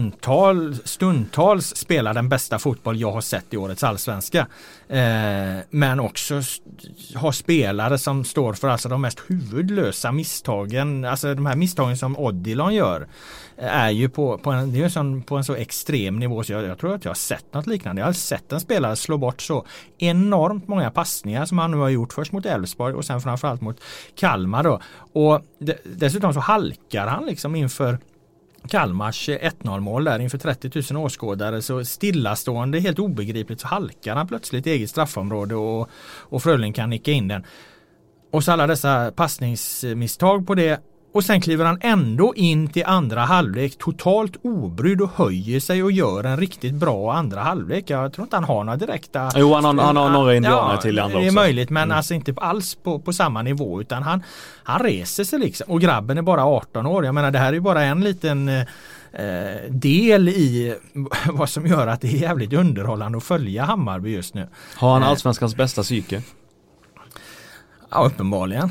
stundtals spelar den bästa fotboll jag har sett i årets allsvenska. Men också har spelare som står för alltså de mest huvudlösa misstagen, alltså de här misstagen som Odilon gör är ju på en så extrem nivå så jag tror att jag har sett något liknande. Jag har sett en spelare slå bort så enormt många passningar som han nu har gjort först mot Elfsborg och sen framförallt mot Kalmar då. Och dessutom så halkar han liksom inför Kalmars 1-0 mål där inför 30 000 åskådare, så stillastående, helt obegripligt så halkar han plötsligt i eget straffområde och Frölin kan nicka in den. Och så alla dessa passningsmisstag på det. Och sen kliver han ändå in till andra halvlek totalt obrydd och höjer sig och gör en riktigt bra andra halvlek. Jag tror inte han har några direkta... Jo, han har några indianer till andra också. Det är möjligt, men alltså inte alls på samma nivå, utan han reser sig liksom. Och grabben är bara 18 år. Jag menar, det här är ju bara en liten del i vad som gör att det är jävligt underhållande att följa Hammarby just nu. Har han allsvenskans bästa psyke? Ja, uppenbarligen.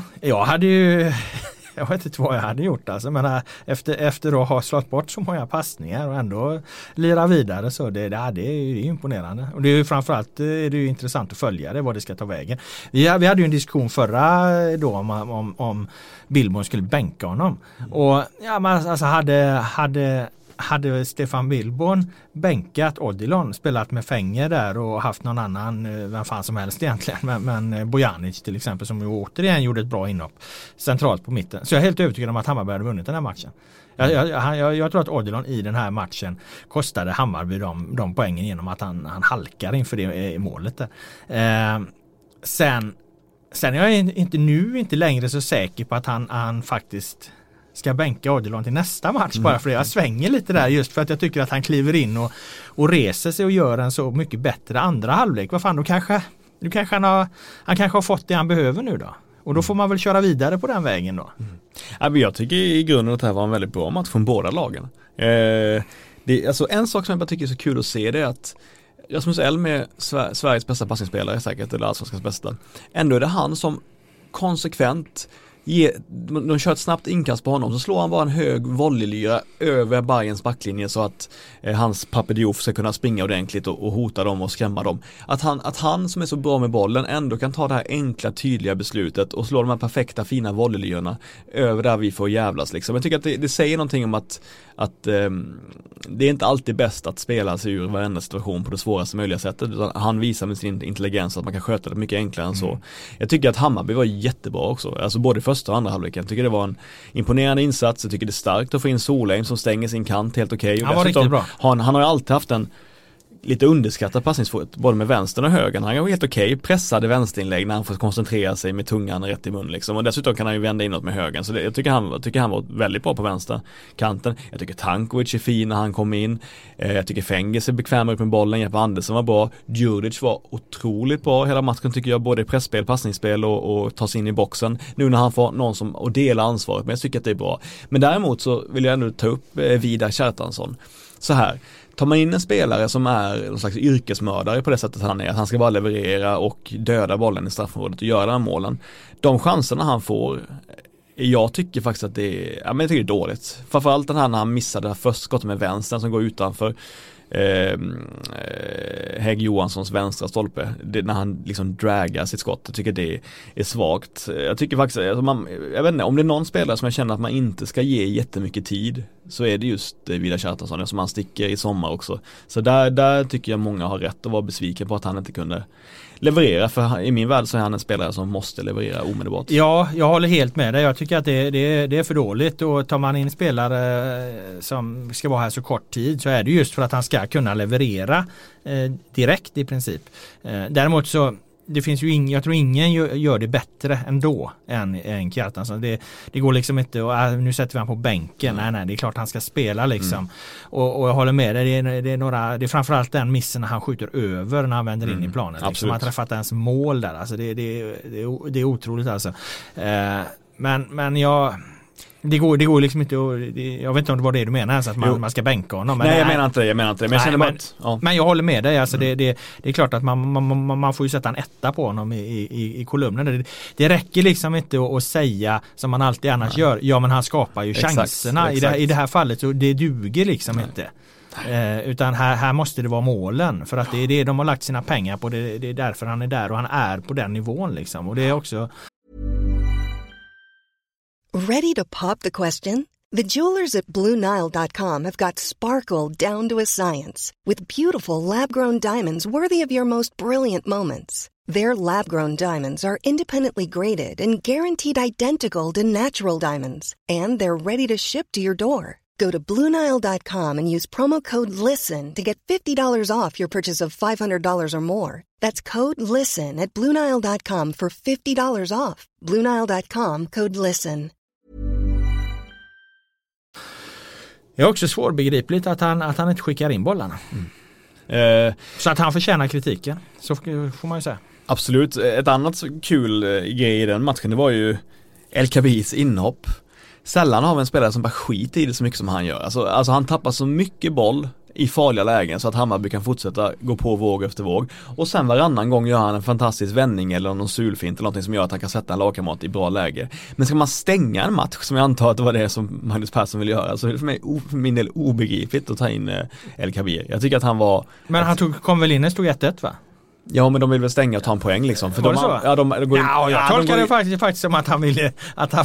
Jag vet inte vad jag hade gjort alltså, men efter att ha slått bort så många passningar och ändå lira vidare, så det är imponerande. Och det är ju framförallt är det ju intressant att följa det, vad det ska ta vägen. Vi hade ju en diskussion förra då om Billborn skulle bänka honom. Och ja, men alltså hade Stefan Billborn bänkat Odilon, spelat med Fänger där och haft någon annan, vem fan som helst egentligen, men Bojanic till exempel, som ju återigen gjorde ett bra inhopp centralt på mitten. Så jag är helt övertygad om att Hammarby hade vunnit den här matchen. Jag tror att Odilon i den här matchen kostade Hammarby de poängen genom att han halkar inför det målet där. Sen är jag inte längre så säker på att han faktiskt ska bänka Odilon till nästa match, bara för det. Jag svänger lite där just för att jag tycker att han kliver in och reser sig och gör en så mycket bättre andra halvlek. Vad fan, då kanske han kanske har fått det han behöver nu då. Och då får man väl köra vidare på den vägen då. Jag tycker i grunden att det här var en väldigt bra match från båda lagen. Alltså en sak som jag bara tycker är så kul att se, det är att Rasmus Elm är Sveriges bästa passningsspelare säkert, eller allsvenskans bästa. Ändå är det han som konsekvent de kör ett snabbt inkast på honom, så slår han bara en hög volleylyra över Bayerns backlinje så att hans Pape Diouf ska kunna springa ordentligt och hota dem och skrämma dem. Att han som är så bra med bollen ändå kan ta det här enkla, tydliga beslutet och slå de här perfekta, fina volleylyrorna över där vi får jävlas liksom. Jag tycker att det säger någonting om att det är inte alltid bäst att spela sig ur varenda situation på det svåraste möjliga sättet, utan han visar med sin intelligens att man kan sköta det mycket enklare än så. Jag tycker att Hammarby var jättebra också, alltså både första och andra halvleken. Jag tycker det var en imponerande insats. Jag tycker det är starkt att få in Solheim som stänger sin kant helt okej. Han var riktigt bra. Han har ju alltid haft en lite underskattad passningsfot, både med vänstern och högern. Han är helt okej, pressade vänsterinlägg när han får koncentrera sig med tungan rätt i mun liksom. Och dessutom kan han ju vända inåt med högern. Så jag tycker han var väldigt bra på vänsterkanten. Jag tycker Tankovic är fin när han kom in. Jag tycker Fenges är bekvämare med bollen. Jeppe Andersson var bra. Djurdjic var otroligt bra hela matchen tycker jag, både pressspel, passningsspel och ta sig in i boxen. Nu när han får någon som och dela ansvaret, men jag tycker att det är bra. Men däremot så vill jag ändå ta upp Vidar Kjartansson. Så här, tar man in en spelare som är någon slags yrkesmördare på det sättet han är, att han ska bara leverera och döda bollen i straffområdet och göra den målen. De chanserna han får, jag tycker faktiskt att det är dåligt. Framförallt den här när han missade det första skottet med vänstern som går utanför Hägg Johanssons vänstra stolpe, när han liksom dragar sitt skott. Jag tycker det är svagt. Jag tycker faktiskt jag vet inte, om det är någon spelare som jag känner att man inte ska ge jättemycket tid, så är det just Vidar Kjartansson, som han sticker i sommar också. Så där tycker jag många har rätt att vara besviken på att han inte kunde leverera, för i min värld så är han en spelare som måste leverera omedelbart. Ja, jag håller helt med dig. Jag tycker att det är för dåligt, och tar man in spelare som ska vara här så kort tid, så är det just för att han ska kunna leverera direkt i princip. Däremot så det finns ju jag tror ingen gör det bättre ändå än Kjartansson. Det går liksom inte nu sätter vi han på bänken. Nej, det är klart han ska spela liksom. Och jag håller med dig, det är framförallt den missen när han skjuter över när han vänder in i planen. Liksom. Han träffat ens mål där. Alltså det är otroligt alltså. Men det går liksom inte jag vet inte om det var det du menar, alltså att man ska bänka honom. Men nej, jag menar inte det. Men jag håller med dig. Alltså det är klart att man får ju sätta en etta på honom i kolumnen. Det räcker liksom inte att säga som man alltid annars gör. Ja, men han skapar ju chanserna. Exakt. I det här fallet så det duger liksom inte. Utan här måste det vara målen, för att det är det de har lagt sina pengar på. Det är därför han är där, och han är på den nivån liksom. Och det är också... Ready to pop the question? The jewelers at BlueNile.com have got sparkle down to a science with beautiful lab-grown diamonds worthy of your most brilliant moments. Their lab-grown diamonds are independently graded and guaranteed identical to natural diamonds, and they're ready to ship to your door. Go to BlueNile.com and use promo code LISTEN to get $50 off your purchase of $500 or more. That's code LISTEN at BlueNile.com for $50 off. BlueNile.com, code LISTEN. Det är också svårbegripligt att han inte skickar in bollarna. Så att han förtjänar kritiken, så får man ju säga. Absolut. Ett annat kul grej i den matchen, det var ju El Kabis inhopp. Sällan har vi en spelare som bara skiter i det så mycket som han gör. Alltså han tappar så mycket boll i farliga lägen så att Hammarby kan fortsätta gå på våg efter våg. Och sen varannan gång gör han en fantastisk vändning eller någon sulfint eller någonting som gör att han kan sätta en lagkamrat i bra läge. Men ska man stänga en match, som jag antar att det var det som Magnus Persson ville göra, så är det för min del obegripligt att ta in El Kabir. Jag tycker att han var... Men han kom väl in och stod 1-1, va? Ja, men de vill väl stänga och ta en poäng liksom. För jag tolkar det faktiskt som att han ville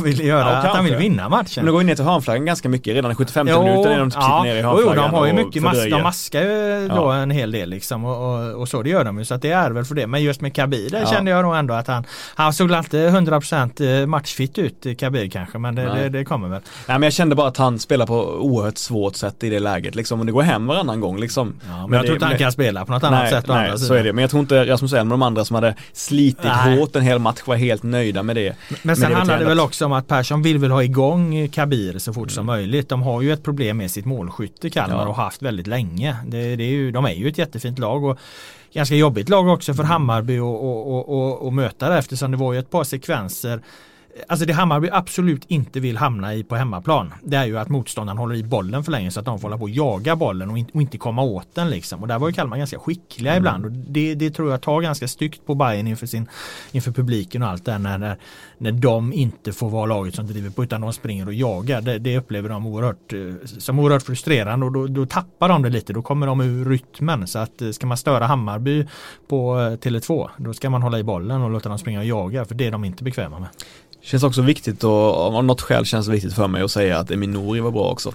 vinna matchen. Men de går in ner till hörnflaggan ganska mycket. Redan i 75 minuter är de ner i hörnflaggan. De har ju mycket de maskar ju då en hel del liksom och så, det gör de ju, så att det är väl för det. Men just med Kabir, där kände jag nog ändå att han såg inte 100% matchfit ut, Kabir kanske, men det kommer väl. Nej, men jag kände bara att han spelar på oerhört svårt sätt i det läget liksom, och det går hem varannan gång liksom. Ja, men jag tror inte han kan spela på något annat sätt. Nej, så är det. Men jag tror inte Rasmus Elm och de andra som hade slitit hårt en hel match var helt nöjda med det. Men sen handlar det väl också om att Persson vill väl ha igång Kabir så fort som möjligt. De har ju ett problem med sitt målskytte, Kalmar, och haft väldigt länge. De är ju ett jättefint lag och ganska jobbigt lag också för Hammarby och möta det, eftersom det var ju ett par sekvenser. Alltså det Hammarby absolut inte vill hamna i på hemmaplan, det är ju att motståndaren håller i bollen för länge så att de får hålla på och jaga bollen och inte komma åt den liksom. Och där var ju Kalmar ganska skickliga ibland, och det tror jag tar ganska styggt på Bayern inför publiken och allt där, när de inte får vara laget som driver på utan de springer och jagar. Det upplever de oerhört frustrerande, och då tappar de det lite, då kommer de ur rytmen. Så att ska man störa Hammarby på Tele2, då ska man hålla i bollen och låta dem springa och jaga, för det är de inte bekväma med. Känns också viktigt, och av något skäl känns det viktigt för mig att säga att Emin Nouri var bra också.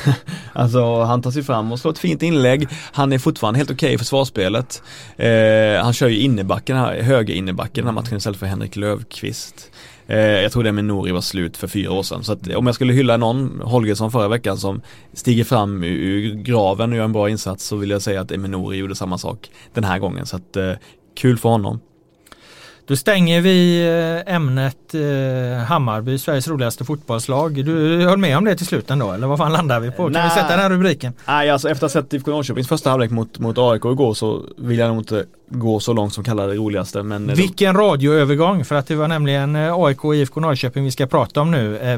Alltså han tar sig fram och slår ett fint inlägg. Han är fortfarande helt okej i försvarsspelet. Han kör ju innebacken, höger innebacken den här matchen istället för Henrik Löfqvist. Jag tror det med Nouri var slut för 4 år sedan. Så att om jag skulle hylla någon, Holgersson förra veckan, som stiger fram ur graven och gör en bra insats, så vill jag säga att Emin Nouri gjorde samma sak den här gången. Så att kul för honom. Då stänger vi ämnet Hammarby, Sveriges roligaste fotbollslag. Du höll med om det till slut ändå, eller vad fan landar vi på? Kan vi sätta den här rubriken? Nej, alltså efter att ha sett IFK Norrköpings första halvlek mot AIK igår, så vill jag nog inte gå så långt som kallar det roligaste. Men vilken radioövergång, för att det var nämligen AIK och IFK Norrköping vi ska prata om nu.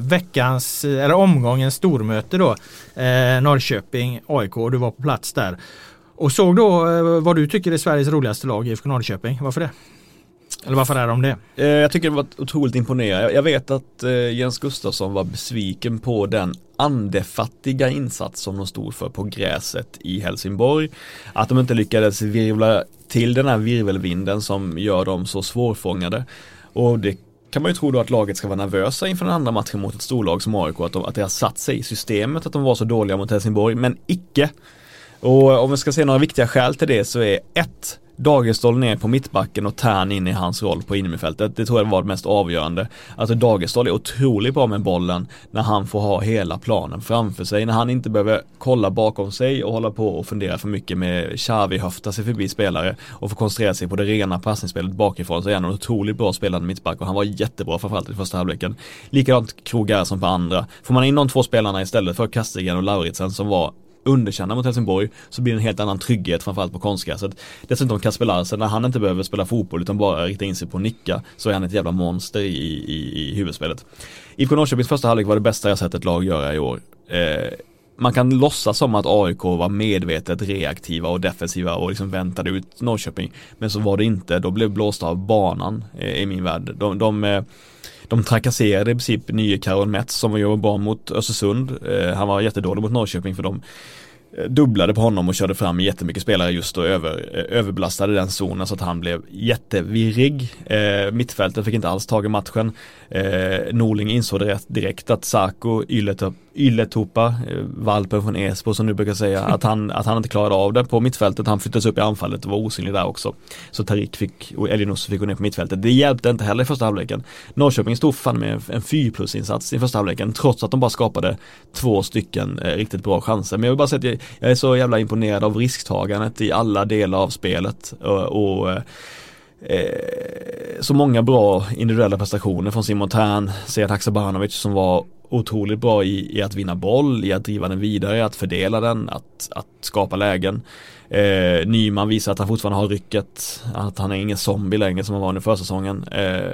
Omgångens stormöte då, Norrköping, AIK, och du var på plats där. Och såg då vad du tycker är Sveriges roligaste lag, IFK Norrköping. Varför det? Eller varför är de det? Jag tycker det var otroligt imponerande. Jag vet att Jens Gustafsson var besviken på den andefattiga insats som de stod för på gräset i Helsingborg. Att de inte lyckades virvla till den här virvelvinden som gör dem så svårfångade. Och det kan man ju tro då att laget ska vara nervösa inför den andra matchen mot ett storlag som AIK. Att det har satt sig i systemet att de var så dåliga mot Helsingborg, men icke. Och om vi ska se några viktiga skäl till det, så är 1. Dagestål ner på mittbacken och Tern in i hans roll på innermittfältet. Det tror jag var det mest avgörande. Alltså Dagestål är otroligt bra med bollen när han får ha hela planen framför sig. När han inte behöver kolla bakom sig och hålla på och fundera för mycket med Xavi, höfta sig förbi spelare och få koncentrera sig på det rena passningsspelet bakifrån, så är han en otroligt bra spelande mittback, och han var jättebra framförallt i första halvleken. Likadant Krogar som på andra. Får man in de 2 spelarna istället för Kastegren och Lauritsen som var underkända mot Helsingborg, så blir det en helt annan trygghet framförallt på konstgräset. Dessutom Kasper Larsen, när han inte behöver spela fotboll utan bara rikta in sig på nicka, så är han ett jävla monster i huvudspelet. IFK Norrköpings första halvlek var det bästa jag sett ett lag göra i år. Man kan låtsas som att AIK var medvetet reaktiva och defensiva och liksom väntade ut Norrköping, men så var det inte. De blev blåsta av banan i min värld. De trakasserade i princip nye Karol Metz som var bra mot Östersund. Han var jättedålig mot Norrköping, för de dubblade på honom och körde fram jättemycket spelare just och överbelastade den zonen så att han blev jättevirrig. Mittfältet fick inte alls tag i matchen. Norling insåg direkt att Sarko, Ylletupa, valpen från Esbo som nu brukar säga, att han inte klarade av det på mittfältet. Han flyttades upp i anfallet och var osynlig där också. Så Tariq och Elinos fick gå ner på mittfältet. Det hjälpte inte heller i första halvleken. Norrköping stod fan med en 4+-insats i första halvleken, trots att de bara skapade 2 riktigt bra chanser. Men jag vill bara säga att jag är så jävla imponerad av risktagandet i alla delar av spelet och så många bra individuella prestationer från Simon Tern, Sead Haksabanovic som var otroligt bra i att vinna boll, i att driva den vidare, att fördela den, att skapa lägen. Nyman visar att han fortfarande har rycket, att han är ingen zombie längre som han var under försäsongen.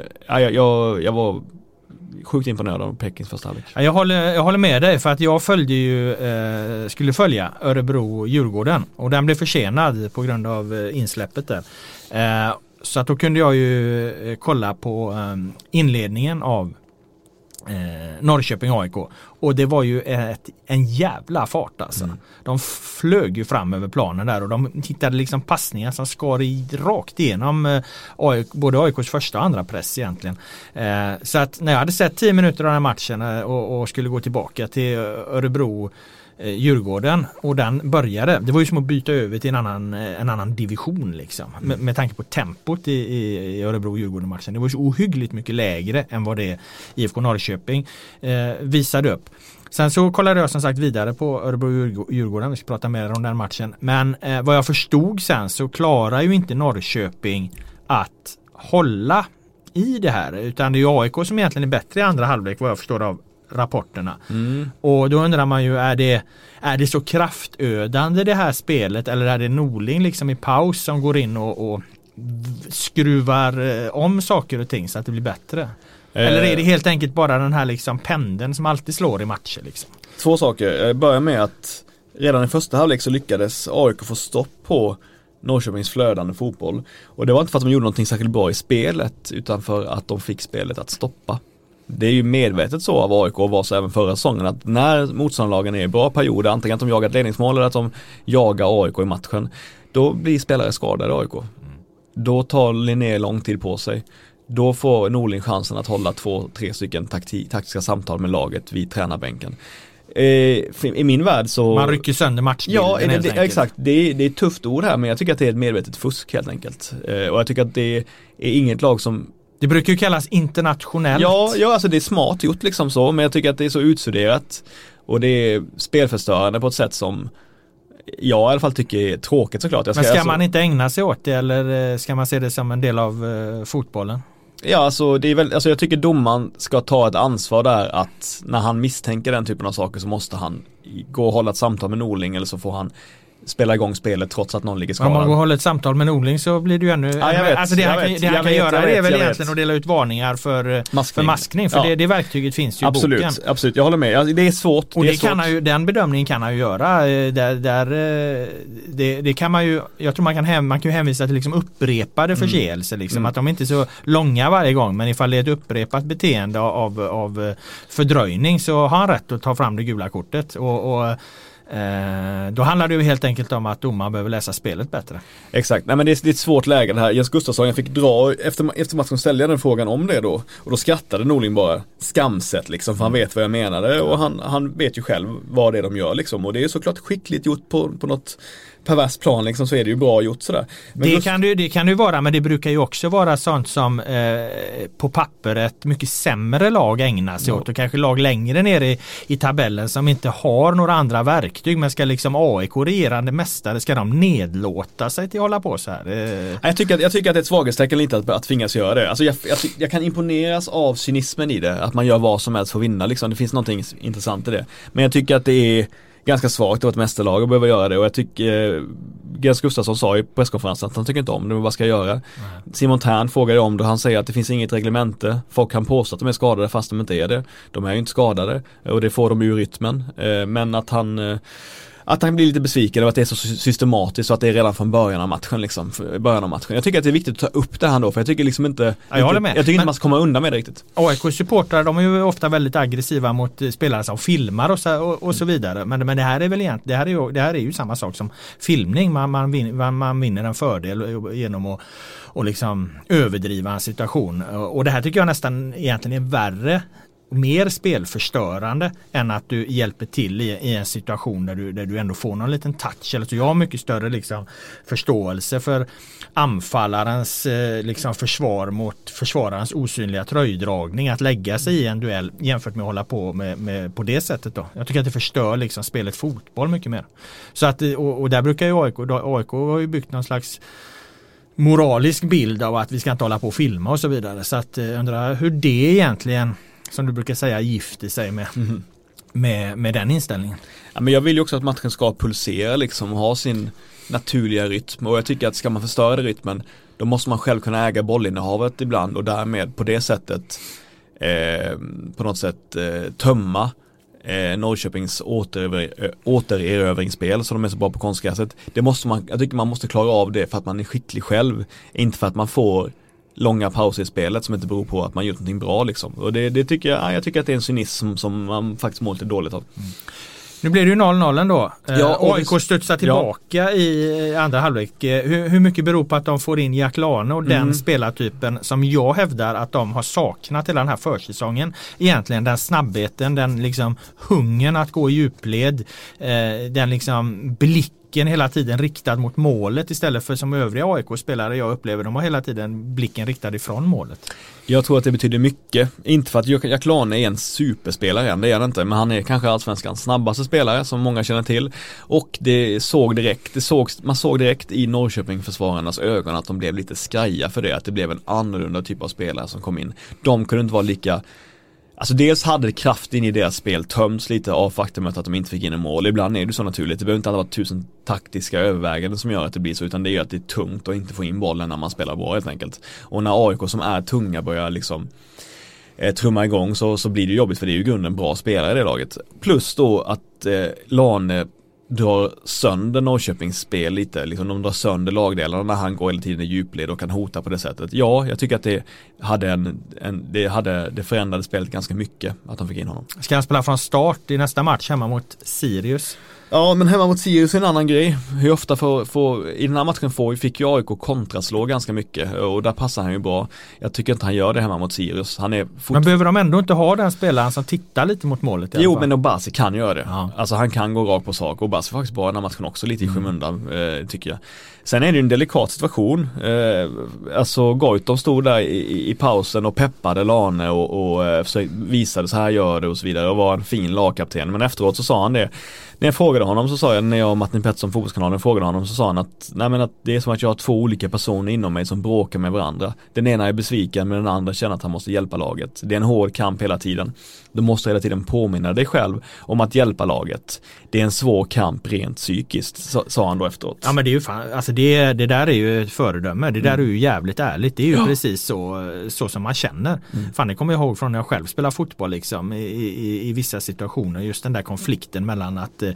Jag var sjukt imponerad av Pekings första halvlek. Jag håller med dig, för att jag skulle följa Örebro-Djurgården och den blev försenad på grund av insläppet där. Så att då kunde jag ju kolla på inledningen av Norrköping AIK, och det var ju en jävla fart alltså. De flög ju fram över planen där och de hittade liksom passningar som skar rakt igenom både AIKs första och andra press egentligen. Så att när jag hade sett 10 minuter av den här matchen och skulle gå tillbaka till Örebro Djurgården och den började, det var ju som att byta över till en annan division liksom, med tanke på tempot i Örebro-Djurgården-matchen. Det var ju så ohyggligt mycket lägre än vad det IFK Norrköping visade upp. Sen så kollade jag som sagt vidare på Örebro-Djurgården, vi ska prata mer om den matchen, men vad jag förstod sen så klarar ju inte Norrköping att hålla i det här, utan det är ju AIK som egentligen är bättre i andra halvlek vad jag förstår av rapporterna. Och då undrar man ju, är det så kraftödande det här spelet, eller är det Norling liksom i paus som går in och skruvar om saker och ting så att det blir bättre? Eller är det helt enkelt bara den här liksom pendeln som alltid slår i matcher liksom? 2 saker. Jag börjar med att redan i första halvlek så lyckades AIK få stopp på Norrköpings flödande fotboll. Och det var inte för att de gjorde någonting särskilt bra i spelet, utan för att de fick spelet att stoppa. Det är ju medvetet så av AIK, och var så även förra säsongen, att när motståndarlagen är i bra perioder, antingen att de jagar ett ledningsmål eller att de jagar AIK i matchen, då blir spelare skadade i AIK. Då tar Linné lång tid på sig. Då får Norling chansen att hålla 2-3 stycken taktiska samtal med laget vid tränarbänken. I min värld så... Man rycker sönder matchbilden. Ja, exakt. Det är ett tufft ord här, men jag tycker att det är ett medvetet fusk helt enkelt. Och jag tycker att det är inget lag som... Det brukar ju kallas internationellt. Ja, alltså det är smart gjort liksom så, men jag tycker att det är så utstuderat och det är spelförstörande på ett sätt som jag i alla fall tycker är tråkigt såklart. Men ska man inte ägna sig åt det, eller ska man se det som en del av fotbollen? Ja, alltså det är väl, alltså jag tycker domaren ska ta ett ansvar där, att när han misstänker den typen av saker så måste han gå och hålla ett samtal med Norling, eller så får han spela igång spelet trots att någon ligger skadad. Om man går och håller ett samtal med Norling så blir det ju ännu... Alltså det han kan göra är väl egentligen att dela ut varningar för maskning. För det verktyget finns ju i boken. Absolut, jag håller med. Det är svårt. Och den bedömningen kan han ju göra. Det kan man ju... Jag tror man kan ju hänvisa till liksom upprepade förseelser. Liksom, att de inte är så långa varje gång. Men ifall det är ett upprepat beteende av fördröjning så har han rätt att ta fram det gula kortet. Då handlar det ju helt enkelt om att domaren behöver läsa spelet bättre. Exakt, nej men det är ett svårt läge det här. Jens Gustafsson, jag fick dra efter matchen, ställde jag den frågan om det då, och då skrattade Norling bara skamset liksom, för han vet vad jag menade, och han vet ju själv vad det är de gör liksom, och det är såklart skickligt gjort på något pervers plan liksom, så är det ju bra gjort sådär. Men det kan det ju vara, men det brukar ju också vara sånt som på papper ett mycket sämre lag ägnar sig åt, och kanske lag längre ner i tabellen som inte har några andra verktyg, men ska liksom AIK regerande mästare, ska de nedlåta sig till att hålla på så här? Jag tycker att det är ett svaghetstecken lite att tvingas göra det. Alltså jag kan imponeras av cynismen i det, att man gör vad som helst för att vinna liksom. Det finns någonting intressant i det, men jag tycker att det är ganska svagt av ett mästerlag att behöva göra det, och jag tycker Jens Gustafsson sa i presskonferensen att han tycker inte om det, men vad ska jag göra? Simon Tern frågade om det, han säger att det finns inget reglemente, folk kan påstå att de är skadade fast de inte är det, de är ju inte skadade och det får de ur rytmen, men att han blir lite besviken över att det är så systematiskt och att det är redan från början av matchen liksom, Jag tycker att det är viktigt att ta upp det här då, för jag tycker liksom inte inte man ska komma undan med det riktigt. AIK-supportrar, de är ju ofta väldigt aggressiva mot spelare som filmar och så vidare, men det här är väl egentligen, det här är ju samma sak som filmning, man vinner en fördel genom att och liksom överdriva en situation, och det här tycker jag nästan egentligen är värre, mer spelförstörande än att du hjälper till i en situation där du ändå får någon liten touch. Eller så jag har mycket större liksom förståelse för anfallarens liksom försvar mot försvararens osynliga tröjdragning, att lägga sig i en duell jämfört med att hålla på med på det sättet då. Jag tycker att det förstör liksom spelet fotboll mycket mer. Så att, och där brukar ju AIK har ju byggt någon slags moralisk bild av att vi ska inte hålla på och filma och så vidare. Så att undrar hur det egentligen som du brukar säga, gift i sig med den inställningen. Ja, men jag vill ju också att matchen ska pulsera liksom, och ha sin naturliga rytm, och jag tycker att ska man förstöra rytmen, då måste man själv kunna äga bollinnehavet ibland och därmed på det sättet på något sätt tömma Norrköpings återerövringsspel, så de är så bra på konstgräset. Jag tycker man måste klara av det för att man är skicklig själv, inte för att man får långa pauser i spelet som inte beror på att man gjort någonting bra liksom. Och det tycker jag tycker att det är en cynism som man faktiskt mår lite dåligt av. Nu blir det ju 0-0 ändå. Ja, AIK studsar tillbaka i andra halvlek. Hur mycket beror på att de får in Jack Lane och den spelartypen som jag hävdar att de har saknat hela den här försäsongen. Egentligen den snabbheten, den liksom hungern att gå i djupled, den liksom blicken hela tiden riktad mot målet istället för som övriga AIK-spelare jag upplever, de har hela tiden blicken riktad ifrån målet. Jag tror att det betyder mycket, inte för att Jack Lane är en superspelare än, det är det inte, men han är kanske allsvenskans snabbaste spelare som många känner till, och man såg direkt i Norrköping-försvararnas ögon att de blev lite skraja för det, att det blev en annorlunda typ av spelare som kom in. De kunde inte vara lika. Alltså dels hade kraften i deras spel tömts lite av faktumet att de inte fick in en mål. Ibland är det så naturligt. Det behöver inte alla vara 1000 taktiska överväganden som gör att det blir så, utan det är att det är tungt och inte få in bollen när man spelar bra helt enkelt. Och när AIK som är tunga börjar liksom trumma igång så blir det jobbigt, för det är ju i grunden bra spelare i det laget. Plus då att Lane drar sönder Norrköpings spel lite, liksom de drar sönder lagdelarna när han går hela tiden i djupled och kan hota på det sättet. Ja, jag tycker att det förändrade spelet ganska mycket att de fick in honom. Ska han spela från start i nästa match hemma mot Sirius? Ja, men hemma mot Sirius är en annan grej. Hur ofta i den här matchen fick ju AIK kontraslå ganska mycket, och där passar han ju bra. Jag tycker inte han gör det hemma mot Sirius. Men behöver de ändå inte ha den spelaren som tittar lite mot målet? Jo, men Obasi kan göra det. Ja. Alltså han kan gå rakt på sak, och Obasi var faktiskt bra i den här matchen också, lite i skymundan tycker jag. Sen är det ju en delikat situation. Alltså Goitom stod där i pausen och peppade Lane och visade så här gör det och så vidare, och var en fin lagkapten. Men efteråt så sa han det. När jag frågade honom så sa jag, när jag och Martin Pettersson Fotbollskanalen frågade honom, så sa han att, nej, men att det är som att jag har två olika personer inom mig som bråkar med varandra. Den ena är besviken, men den andra känner att han måste hjälpa laget. Det är en hård kamp hela tiden. Du måste hela tiden påminna dig själv om att hjälpa laget. Det är en svår kamp rent psykiskt, sa han då efteråt. Ja, men det är ju fan, alltså det där är ju ett föredöme. Det där är ju jävligt ärligt. Det är ju precis så som man känner. Fan, det kommer jag ihåg från när jag själv spelar fotboll liksom, i vissa situationer. Just den där konflikten mellan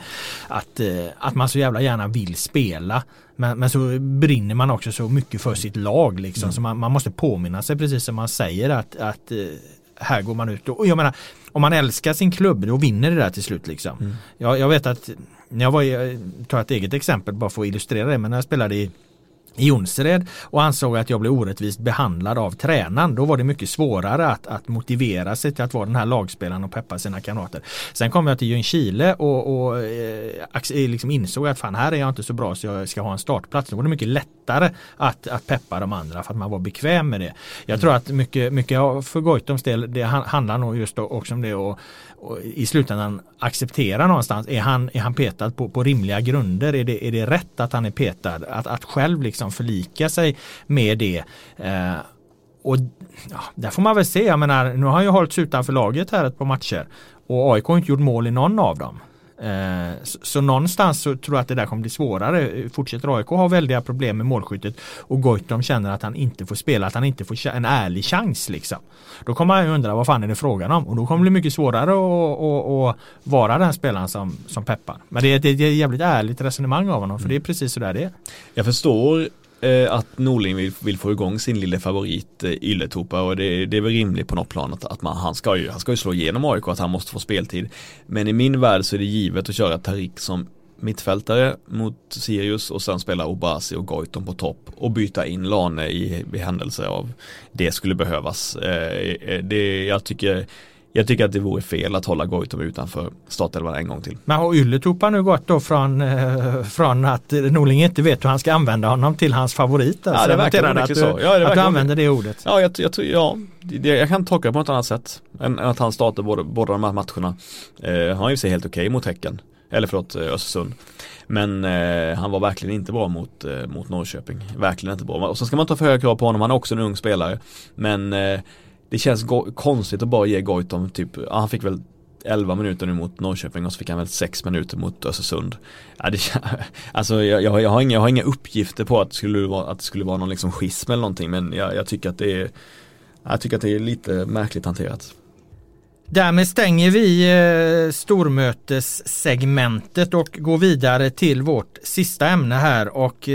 att man så jävla gärna vill spela, men så brinner man också så mycket för sitt lag liksom, så man måste påminna sig, precis som man säger, att här går man ut och jag menar, om man älskar sin klubb, då vinner det där till slut liksom. Jag vet att när jag tar ett eget exempel bara för att illustrera det, men när jag spelade i Jonsered och ansåg att jag blev orättvist behandlad av tränaren, då var det mycket svårare att motivera sig till att vara den här lagspelaren och peppa sina kamrater. Sen kom jag till Ljungskile och liksom insåg att fan, här är jag inte så bra så jag ska ha en startplats. Då var det mycket lättare att peppa de andra för att man var bekväm med det. Jag tror att mycket för Goitoms del, det handlar nog just också om det, och i slutändan acceptera någonstans. Är han petad på rimliga grunder? Är det rätt att han är petad? Att själv liksom förlika sig med det. Och ja, där får man väl se. Jag menar, nu har han ju hållits utanför laget här ett par matcher. Och AIK har inte gjort mål i någon av dem. Så någonstans så tror jag att det där kommer bli svårare. Fortsätter AIK ha väldiga problem med målskyttet och Goitom känner att han inte får spela, att han inte får en ärlig chans liksom. Då kommer man ju undra vad fan är det frågan om, och då kommer det bli mycket svårare att vara den spelaren som peppar. Men det är ett jävligt ärligt resonemang av honom, för det är precis så där det är. Jag förstår att Norling vill få igång sin lilla favorit Ylätupa, och det är väl rimligt på något plan att han ska ju slå igenom AIK, att han måste få speltid. Men i min värld så är det givet att köra Tariq som mittfältare mot Sirius och sen spela Obasi och Goitom på topp och byta in Lane i händelse av det skulle behövas. Jag tycker att det vore fel att hålla Goitom utanför startelvan en gång till. Men har Ylätupa nu gått då från att Norling inte vet hur han ska använda honom till hans favorit? Alltså, ja, det verkar mycket så. Att du använder det ordet. Ja, jag kan tolka det på något annat sätt än att han startar båda de här matcherna. Han har ju sig helt okej mot Häcken. Eller förlåt, Östersund. Men han var verkligen inte bra mot Norrköping. Verkligen inte bra. Och så ska man ta för höga krav på honom. Han är också en ung spelare. Men det känns konstigt att bara ge Goitom typ, han fick väl 11 minuter nu mot Norrköping och så fick han väl 6 minuter mot Östersund. Ja, alltså jag har inga uppgifter på att det skulle vara någon liksom schism eller någonting, men jag tycker att det är lite märkligt hanterat. Därmed stänger vi stormötessegmentet och går vidare till vårt sista ämne här, och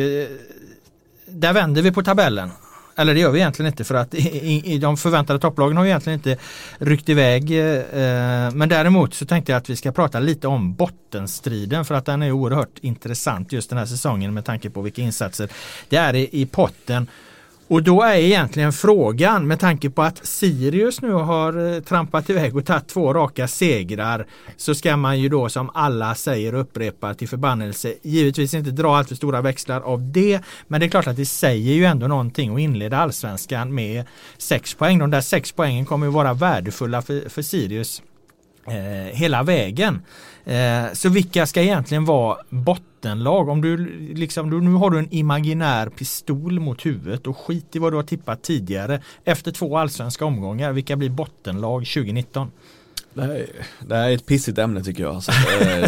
där vänder vi på tabellen. Eller det gör vi egentligen inte, för att de förväntade topplagen har egentligen inte ryckt iväg. Men däremot så tänkte jag att vi ska prata lite om bottenstriden, för att den är oerhört intressant just den här säsongen med tanke på vilka insatser det är i potten. Och då är egentligen frågan, med tanke på att Sirius nu har trampat iväg och tagit 2 raka segrar, så ska man ju då, som alla säger och upprepar till förbannelse, givetvis inte dra allt för stora växlar av det, men det är klart att det säger ju ändå någonting att inleda allsvenskan med 6 poäng. De där 6 poängen kommer ju vara värdefulla för Sirius hela vägen. Så vilka ska egentligen vara bottenlag? Om du nu har du en imaginär pistol mot huvudet och skit i vad du har tippat tidigare efter 2 allsvenska omgångar, vilka blir bottenlag 2019? Det här är ett pissigt ämne tycker jag. Alltså,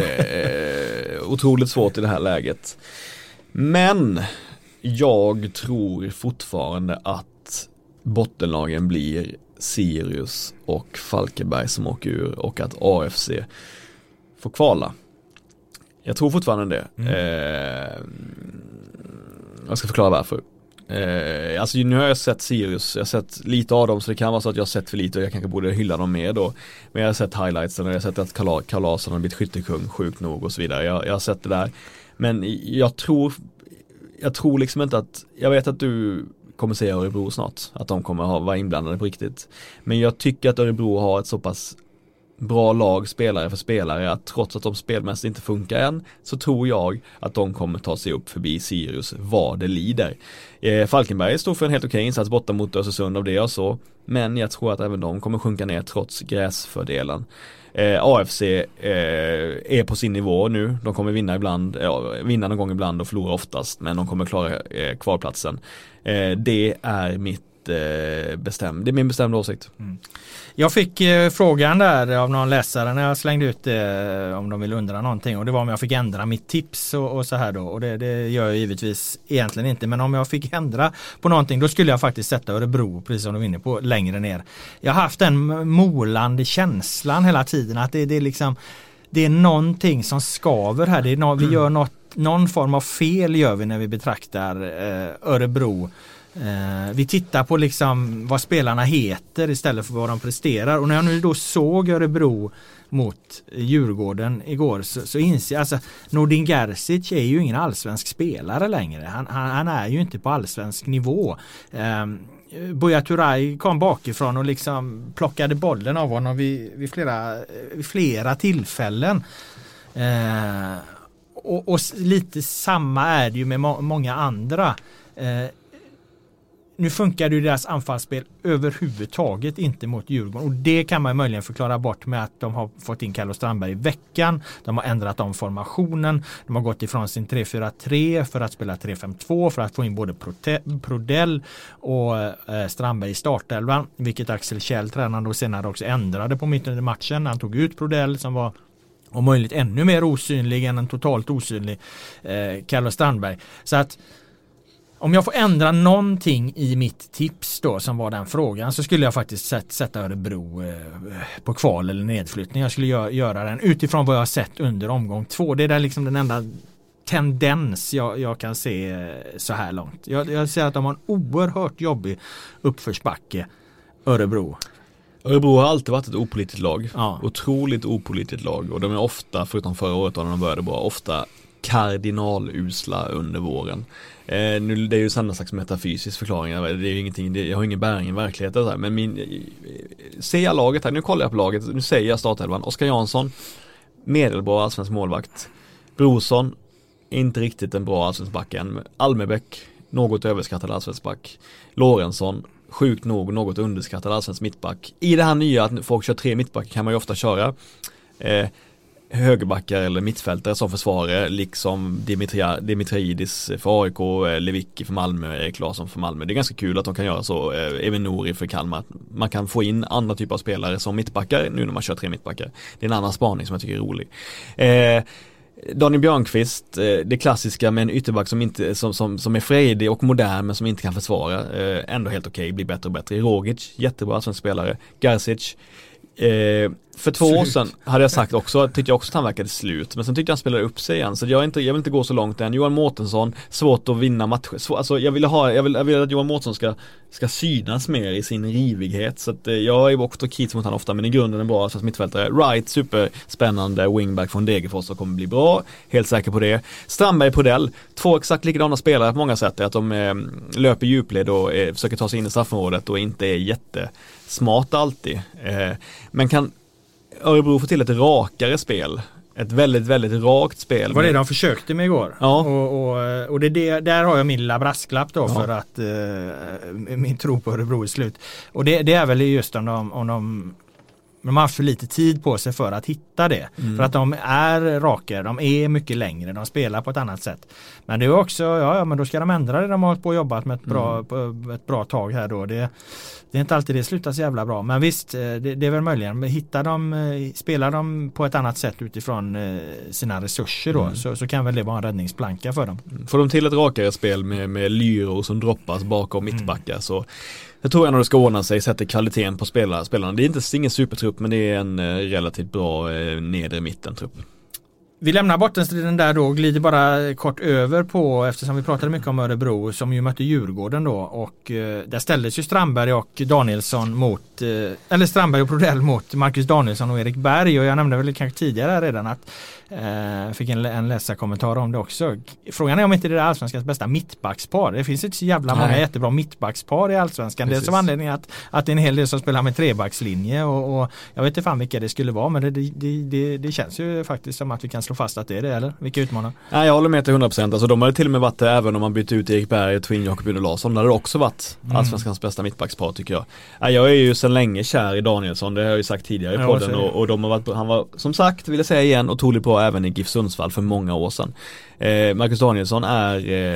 otroligt svårt i det här läget. Men jag tror fortfarande att bottenlagen blir Sirius och Falkenberg som åker ur, och att AFC får kvala. Jag tror fortfarande det. Jag ska förklara varför. Alltså nu har jag sett Sirius, jag har sett lite av dem, så det kan vara så att jag har sett för lite och jag kanske borde hylla dem mer då. Men jag har sett highlights och jag har sett att Carl Larsson har blivit skyttekung sjukt nog och så vidare. Jag har sett det där. Men jag tror liksom inte att, jag vet att du kommer säga Örebro snart, att de kommer vara inblandade på riktigt. Men jag tycker att Örebro har ett så pass bra lag spelare för spelare att trots att de spelmässigt inte funkar än, så tror jag att de kommer ta sig upp förbi Sirius vad det lider. Falkenberg står för en helt okej insats borta mot Östersund av det jag så, men jag tror att även de kommer sjunka ner trots gräsfördelen. AFC är på sin nivå nu. De kommer vinna någon gång ibland och förlora oftast, men de kommer klara kvalplatsen. Det är min bestämda åsikt. Jag fick frågan där av någon läsare när jag slängde ut om de vill undra någonting, och det var om jag fick ändra mitt tips och så här då, och det gör jag givetvis egentligen inte, men om jag fick ändra på någonting, då skulle jag faktiskt sätta Örebro, precis som du var inne på, längre ner. Jag har haft den molande känslan hela tiden att det är liksom, det är någonting som skaver här, vi gör någon form av fel gör vi när vi betraktar Örebro. Vi tittar på liksom vad spelarna heter istället för vad de presterar, och när jag nu då såg Örebro mot Djurgården igår så inser jag, alltså Nordin Gerzic är ju ingen allsvensk spelare längre, han är ju inte på allsvensk nivå. Buya Turay kom bakifrån och liksom plockade bollen av honom vid flera tillfällen. Och lite samma är det ju med många andra. Nu funkar ju deras anfallsspel överhuvudtaget inte mot Djurgården, och det kan man möjligen förklara bort med att de har fått in Carlos Strandberg i veckan, de har ändrat om formationen, de har gått ifrån sin 3-4-3 för att spela 3-5-2 för att få in både Prodell och Strandberg i startelvan, vilket Axel Kjell, tränaren, då senare också ändrade på mitten av matchen. Han tog ut Prodell som var om möjligt ännu mer osynlig än en totalt osynlig Carlos Strandberg. Så att om jag får ändra någonting i mitt tips då, som var den frågan, så skulle jag faktiskt sätta Örebro på kval eller nedflyttning. Jag skulle göra den utifrån vad jag har sett under omgång 2. Det är där liksom den enda tendens jag kan se så här långt. Jag ser att de har en oerhört jobbig uppförsbacke, Örebro. Örebro har alltid varit ett opålitligt lag. Ja. Otroligt opålitligt lag. Och de är ofta, förutom förra året när de började bra, ofta kardinalusla under våren. Nu, det är ju samma slags metafysisk förklaring. Det är ju ingenting, jag har ingen bäring i verkligheten. Men ser jag laget här, nu kollar jag på laget, nu säger jag startelvan. Oskar Jansson, medelbra allsvensk målvakt. Brorsson, inte riktigt en bra allsvensk back än. Almebäck, något överskattad allsvensk back. Lorentzon, sjukt nog något underskattad allsvensk mittback. I det här nya att folk kör 3 mittback kan man ju ofta köra. högerbackar eller mittfältare som försvarare, liksom Dimitriadis för AIK, Lewicki för Malmö, Erik Larsson för Malmö. Det är ganska kul att de kan göra så, Evin Nouri för Kalmar. Man kan få in andra typer av spelare som mittbackar nu när man kör 3 mittbackar. Det är en annan spaning som jag tycker är rolig. Daniel Björnqvist, det klassiska med en ytterback som är fredig och modern men som inte kan försvara, ändå helt okej, blir bättre och bättre. Rogic, jättebra som spelare. Garcic, för 2 år sedan hade jag sagt också, tyckte jag också att han verkade slut, men sen tyckte jag han spelade upp sig igen, så jag vill inte gå så långt än. Johan Mårtensson, svårt att vinna matcher, alltså jag vill att Johan Mårtensson ska synas mer i sin rivighet, så att jag är också kritisk mot han ofta, men i grunden är bra som mittfältare. Wright, superspännande wingback från Degerfors, och kommer bli bra, helt säker på det. Strandberg, Podell, 2 exakt likadana spelare på många sätt, att de löper djupled och försöker ta sig in i straffområdet och inte är jättesmart alltid, men kan Örebro få till ett rakare spel. Ett väldigt, väldigt rakt spel. Vad är det de försökte med igår? Ja. Och där har jag min lilla brasklapp då, för att min tro på Örebro är slut. Och det är väl just om de har haft för lite tid på sig för att hitta det. För att de är rakare, de är mycket längre, de spelar på ett annat sätt. Men det är också, men då ska de ändra det. De har hållit på och jobbat med ett bra tag här då. Det är inte alltid det slutar så jävla bra. Men visst, det är väl möjligen. Spelar de på ett annat sätt utifrån sina resurser då, så kan väl det vara en räddningsplanka för dem. Får de till ett rakare spel med lyro som droppas bakom mittbackar, så jag tror jag när det ska ordna sig, sätter kvaliteten på spelarna. Det är ingen supertrupp, men det är en relativt bra nedre mittentrupp. Vi lämnar bottenstriden där då och glider bara kort över på, eftersom vi pratade mycket om Örebro som ju mötte Djurgården då, och där ställdes ju Strandberg och Strandberg och Prodell mot Marcus Danielsson och Erik Berg, och jag nämnde väl kanske tidigare redan att fick en läsarkommentar om det också. Frågan är om inte det är allsvenskans bästa mittbackspar. Det finns inte så jävla många jättebra mittbackspar i allsvenskan. Precis. Det är som anledning att det är en hel del som spelar med trebackslinje, och jag vet inte fan vilka det skulle vara, men det känns ju faktiskt som att vi kan slå fast att det är det, eller? Vilka utmanar? Nej, jag håller med till 100%. Alltså de hade till och med varit det, även om man bytte ut Erik Berg och Twin Jakob Uno Larsson, hade det också varit allsvenskans bästa mittbackspar, tycker jag. Jag är ju sedan länge kär i Danielsson, det har jag ju sagt tidigare i podden, och de har varit, han var, som sagt, vill jag säga igen, otroligt bra även i GIF Sundsvall för många år sedan. Marcus Danielsson är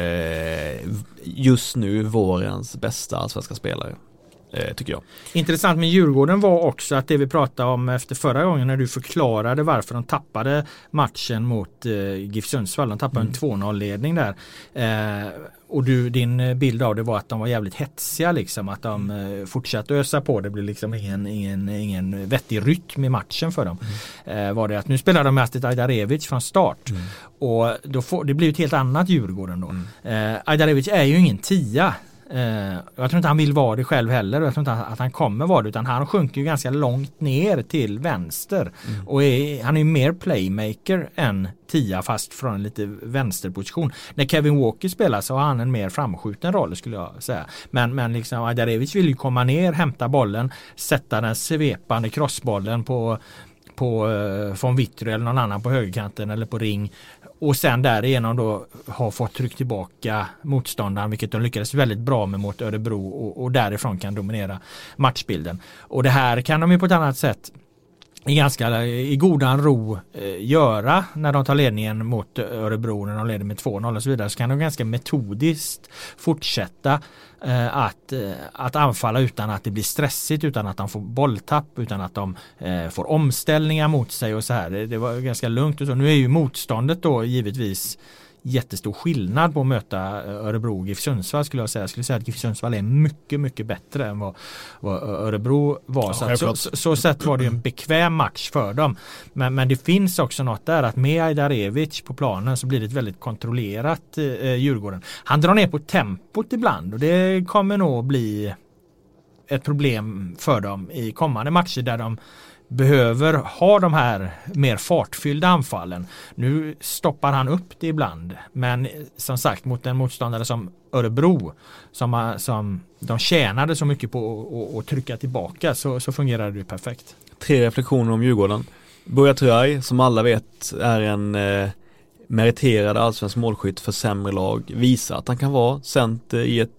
just nu vårens bästa allsvenska spelare, tycker jag. Intressant med Djurgården var också att det vi pratade om efter förra gången, när du förklarade varför de tappade matchen mot GIF Sundsvall. De tappade en 2-0-ledning där. Och din bild av det var att de var jävligt hetsiga, liksom, att de fortsatte ösa på. Det blev liksom ingen vettig rytm i matchen för dem. Var det att nu spelar de med Astit Ajdarevic från start. Och det blir ett helt annat Djurgården då. Ajdarevic är ju ingen 10. Jag tror inte han vill vara det själv heller, och jag tror inte att han kommer vara det, utan han sjunker ju ganska långt ner till vänster och han är ju mer playmaker än 10, fast från en lite vänsterposition. När Kevin Walker spelar så har han en mer framskjuten roll, skulle jag säga, men liksom Ajdarevic vill ju komma ner, hämta bollen, sätta den svepande crossbollen på von Witry eller någon annan på högerkanten eller på ring, och sen därigenom då har fått tryck tillbaka motståndaren, vilket de lyckades väldigt bra med mot Örebro, och därifrån kan dominera matchbilden. Och det här kan de ju på ett annat sätt i godan ro göra när de tar ledningen mot Örebro, när de leder med 2-0 och så vidare, så kan de ganska metodiskt fortsätta att anfalla utan att det blir stressigt, utan att de får bolltapp, utan att de får omställningar mot sig och så här. Det var ganska lugnt och så. Nu är ju motståndet då givetvis jättestor skillnad på att möta Örebro och GIF Sundsvall, skulle jag säga. Jag skulle säga att GIF Sundsvall är mycket, mycket bättre än vad Örebro var. Ja, så sett var det en bekväm match för dem. Men det finns också något där att med Ajdarevic på planen så blir det ett väldigt kontrollerat Djurgården. Han drar ner på tempot ibland, och det kommer nog bli ett problem för dem i kommande matcher där de behöver ha de här mer fartfyllda anfallen. Nu stoppar han upp det ibland, men som sagt, mot en motståndare som Örebro som de tjänade så mycket på att trycka tillbaka, så fungerar det perfekt. 3 reflektioner om Djurgården. Buya Turay, som alla vet, är en meriterad allsvensk målskytt för sämre lag, visar att han kan vara center i ett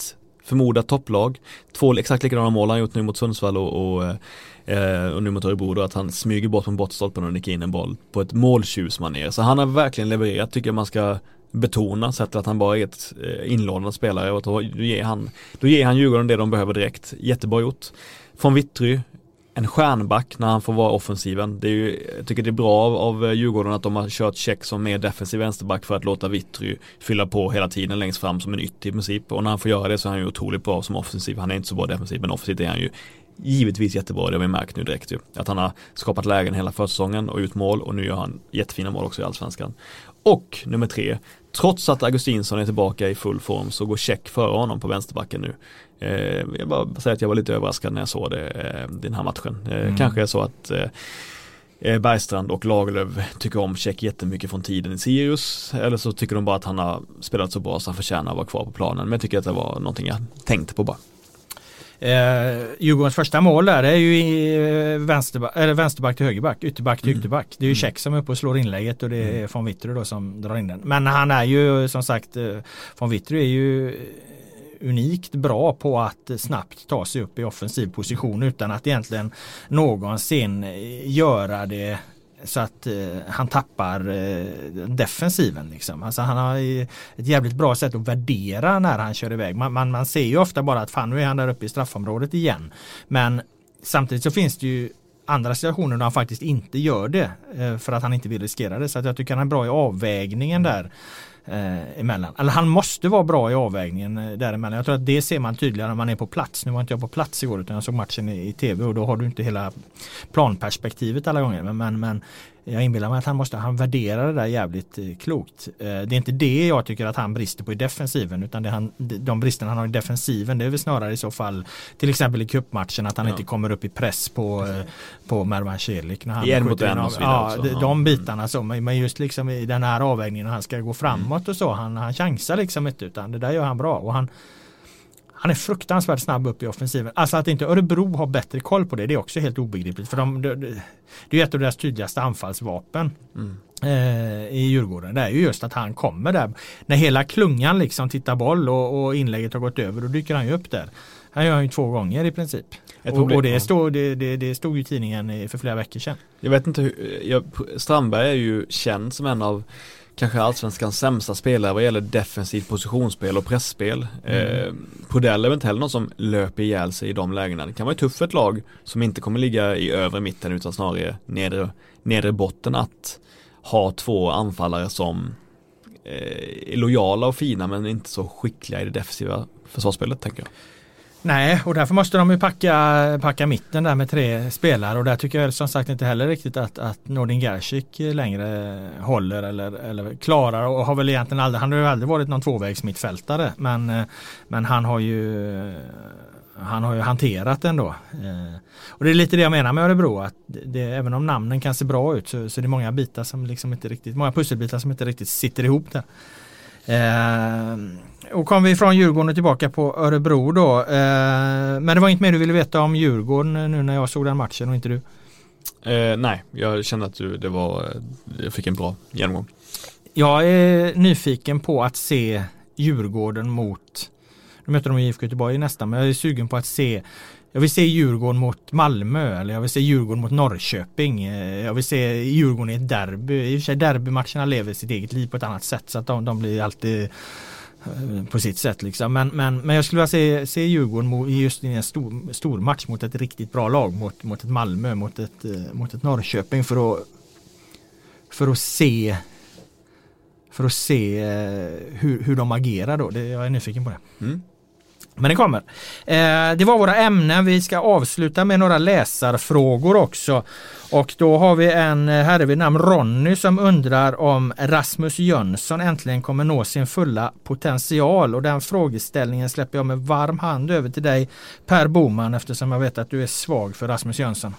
förmodat topplag. 2 exakt likadana mål han gjort nu mot Sundsvall och nu mot Örebro då, att han smyger bort från bortstolpen och nickar in en boll på ett måltjusmanér. Så han har verkligen levererat, tycker jag man ska betona, sett att han bara är ett inlånad spelare, och då ger han Djurgården det de behöver direkt. Jättebra gjort. Von Witry, en stjärnback när han får vara offensiven. Jag tycker det är bra av Djurgården att de har kört check som mer defensiv vänsterback för att låta Witry fylla på hela tiden längst fram som en ytter i princip. Och när han får göra det så är han ju otroligt bra som offensiv. Han är inte så bra defensiv, men offensivt är han ju givetvis jättebra. Det har vi märkt nu direkt ju. Att han har skapat lägen hela försäsongen och gjort mål, och nu gör han jättefina mål också i Allsvenskan. Och nummer 3, trots att Augustinsson är tillbaka i full form så går check före honom på vänsterbacken nu. Jag bara säger att jag var lite överraskad när jag såg den här matchen. Kanske är så att Bergstrand och Lagerlöf tycker om Check jättemycket från tiden i Sirius, eller så tycker de bara att han har spelat så bra så han förtjänar att vara kvar på planen. Men jag tycker att det var någonting jag tänkte på bara. Djurgårdens första mål där är ju i vänsterback till högerback, ytterback till ytterback. Det är ju Check som är uppe och slår inlägget, och det är von Witry då som drar in den. Men han är ju som sagt, von Witry är ju unikt bra på att snabbt ta sig upp i offensiv position utan att egentligen någonsin göra det så att han tappar defensiven liksom. Alltså han har ett jävligt bra sätt att värdera när han kör iväg. Man ser ju ofta bara att fan, nu är han där uppe i straffområdet igen. Men samtidigt så finns det ju andra situationer där han faktiskt inte gör det för att han inte vill riskera det. Så att jag tycker han är bra i avvägningen där emellan. Eller han måste vara bra i avvägningen däremellan. Jag tror att det ser man tydligare när man är på plats. Nu var inte jag på plats igår utan jag såg matchen i tv, och då har du inte hela planperspektivet alla gånger. Men jag inbillar mig att han värderar det där jävligt klokt. Det är inte det jag tycker att han brister på i defensiven, utan de bristerna han har i defensiven, det är väl snarare i så fall till exempel i cupmatchen att han inte kommer upp i press på Mervan Celik när han skjuter in av. De bitarna så, men just liksom i den här avvägningen när han ska gå framåt och så, han chansar liksom inte, utan det där gör han bra, och han är fruktansvärt snabb upp i offensiven. Alltså att inte Örebro har bättre koll på det är också helt obegripligt. För det är ett av deras tydligaste anfallsvapen i Djurgården. Det är ju just att han kommer där. När hela klungan liksom tittar boll och inlägget har gått över, då dyker han ju upp där. Han gör han ju 2 gånger i princip. Och det stod ju i tidningen för flera veckor sedan. Jag vet inte Strandberg är ju känd som en av kanske allsvenskans sämsta spelare vad gäller defensivt positionsspel och pressspel. Prodell är väl inte heller någon som löper ihjäl sig i de lägena. Det kan vara tufft för ett lag som inte kommer ligga i övre mitten utan snarare nedre botten att ha 2 anfallare som är lojala och fina men inte så skickliga i det defensiva försvarsspelet, tänker jag. Nej, och därför måste de ju packa mitten där med 3 spelare, och där tycker jag som sagt inte heller riktigt att Nordin Gerzik längre håller eller klarar, och har väl egentligen han har ju aldrig varit någon tvåvägsmittfältare, men han har ju hanterat den då. Och det är lite det jag menar med Örebro, att även om namnen kan se bra ut så är det många bitar som liksom inte riktigt, många pusselbitar som inte riktigt sitter ihop där. Och kom vi från Djurgården tillbaka på Örebro då. Men det var inte mer du ville veta om Djurgården nu när jag såg den matchen och inte du? Nej, jag kände att jag fick en bra genomgång. Jag är nyfiken på att se Djurgården mot, nu möter de IFK Göteborg nästan, men jag är sugen på att jag vill se Djurgården mot Malmö, eller jag vill se Djurgården mot Norrköping. Jag vill se Djurgården i ett derby. I och för sig derbymatcherna lever sitt eget liv på ett annat sätt, så att de blir alltid på sitt sätt liksom. Men jag skulle vilja se Djurgården just i en stor match mot ett riktigt bra lag, mot ett Malmö, mot ett Norrköping, för att se hur de agerar då. Jag är nyfiken på det. Men det kommer. Det var våra ämnen. Vi ska avsluta med några läsarfrågor också. Och då har vi en herre vid namn Ronny som undrar om Rasmus Jönsson äntligen kommer nå sin fulla potential. Och den frågeställningen släpper jag med varm hand över till dig, Per Boman, eftersom jag vet att du är svag för Rasmus Jönsson.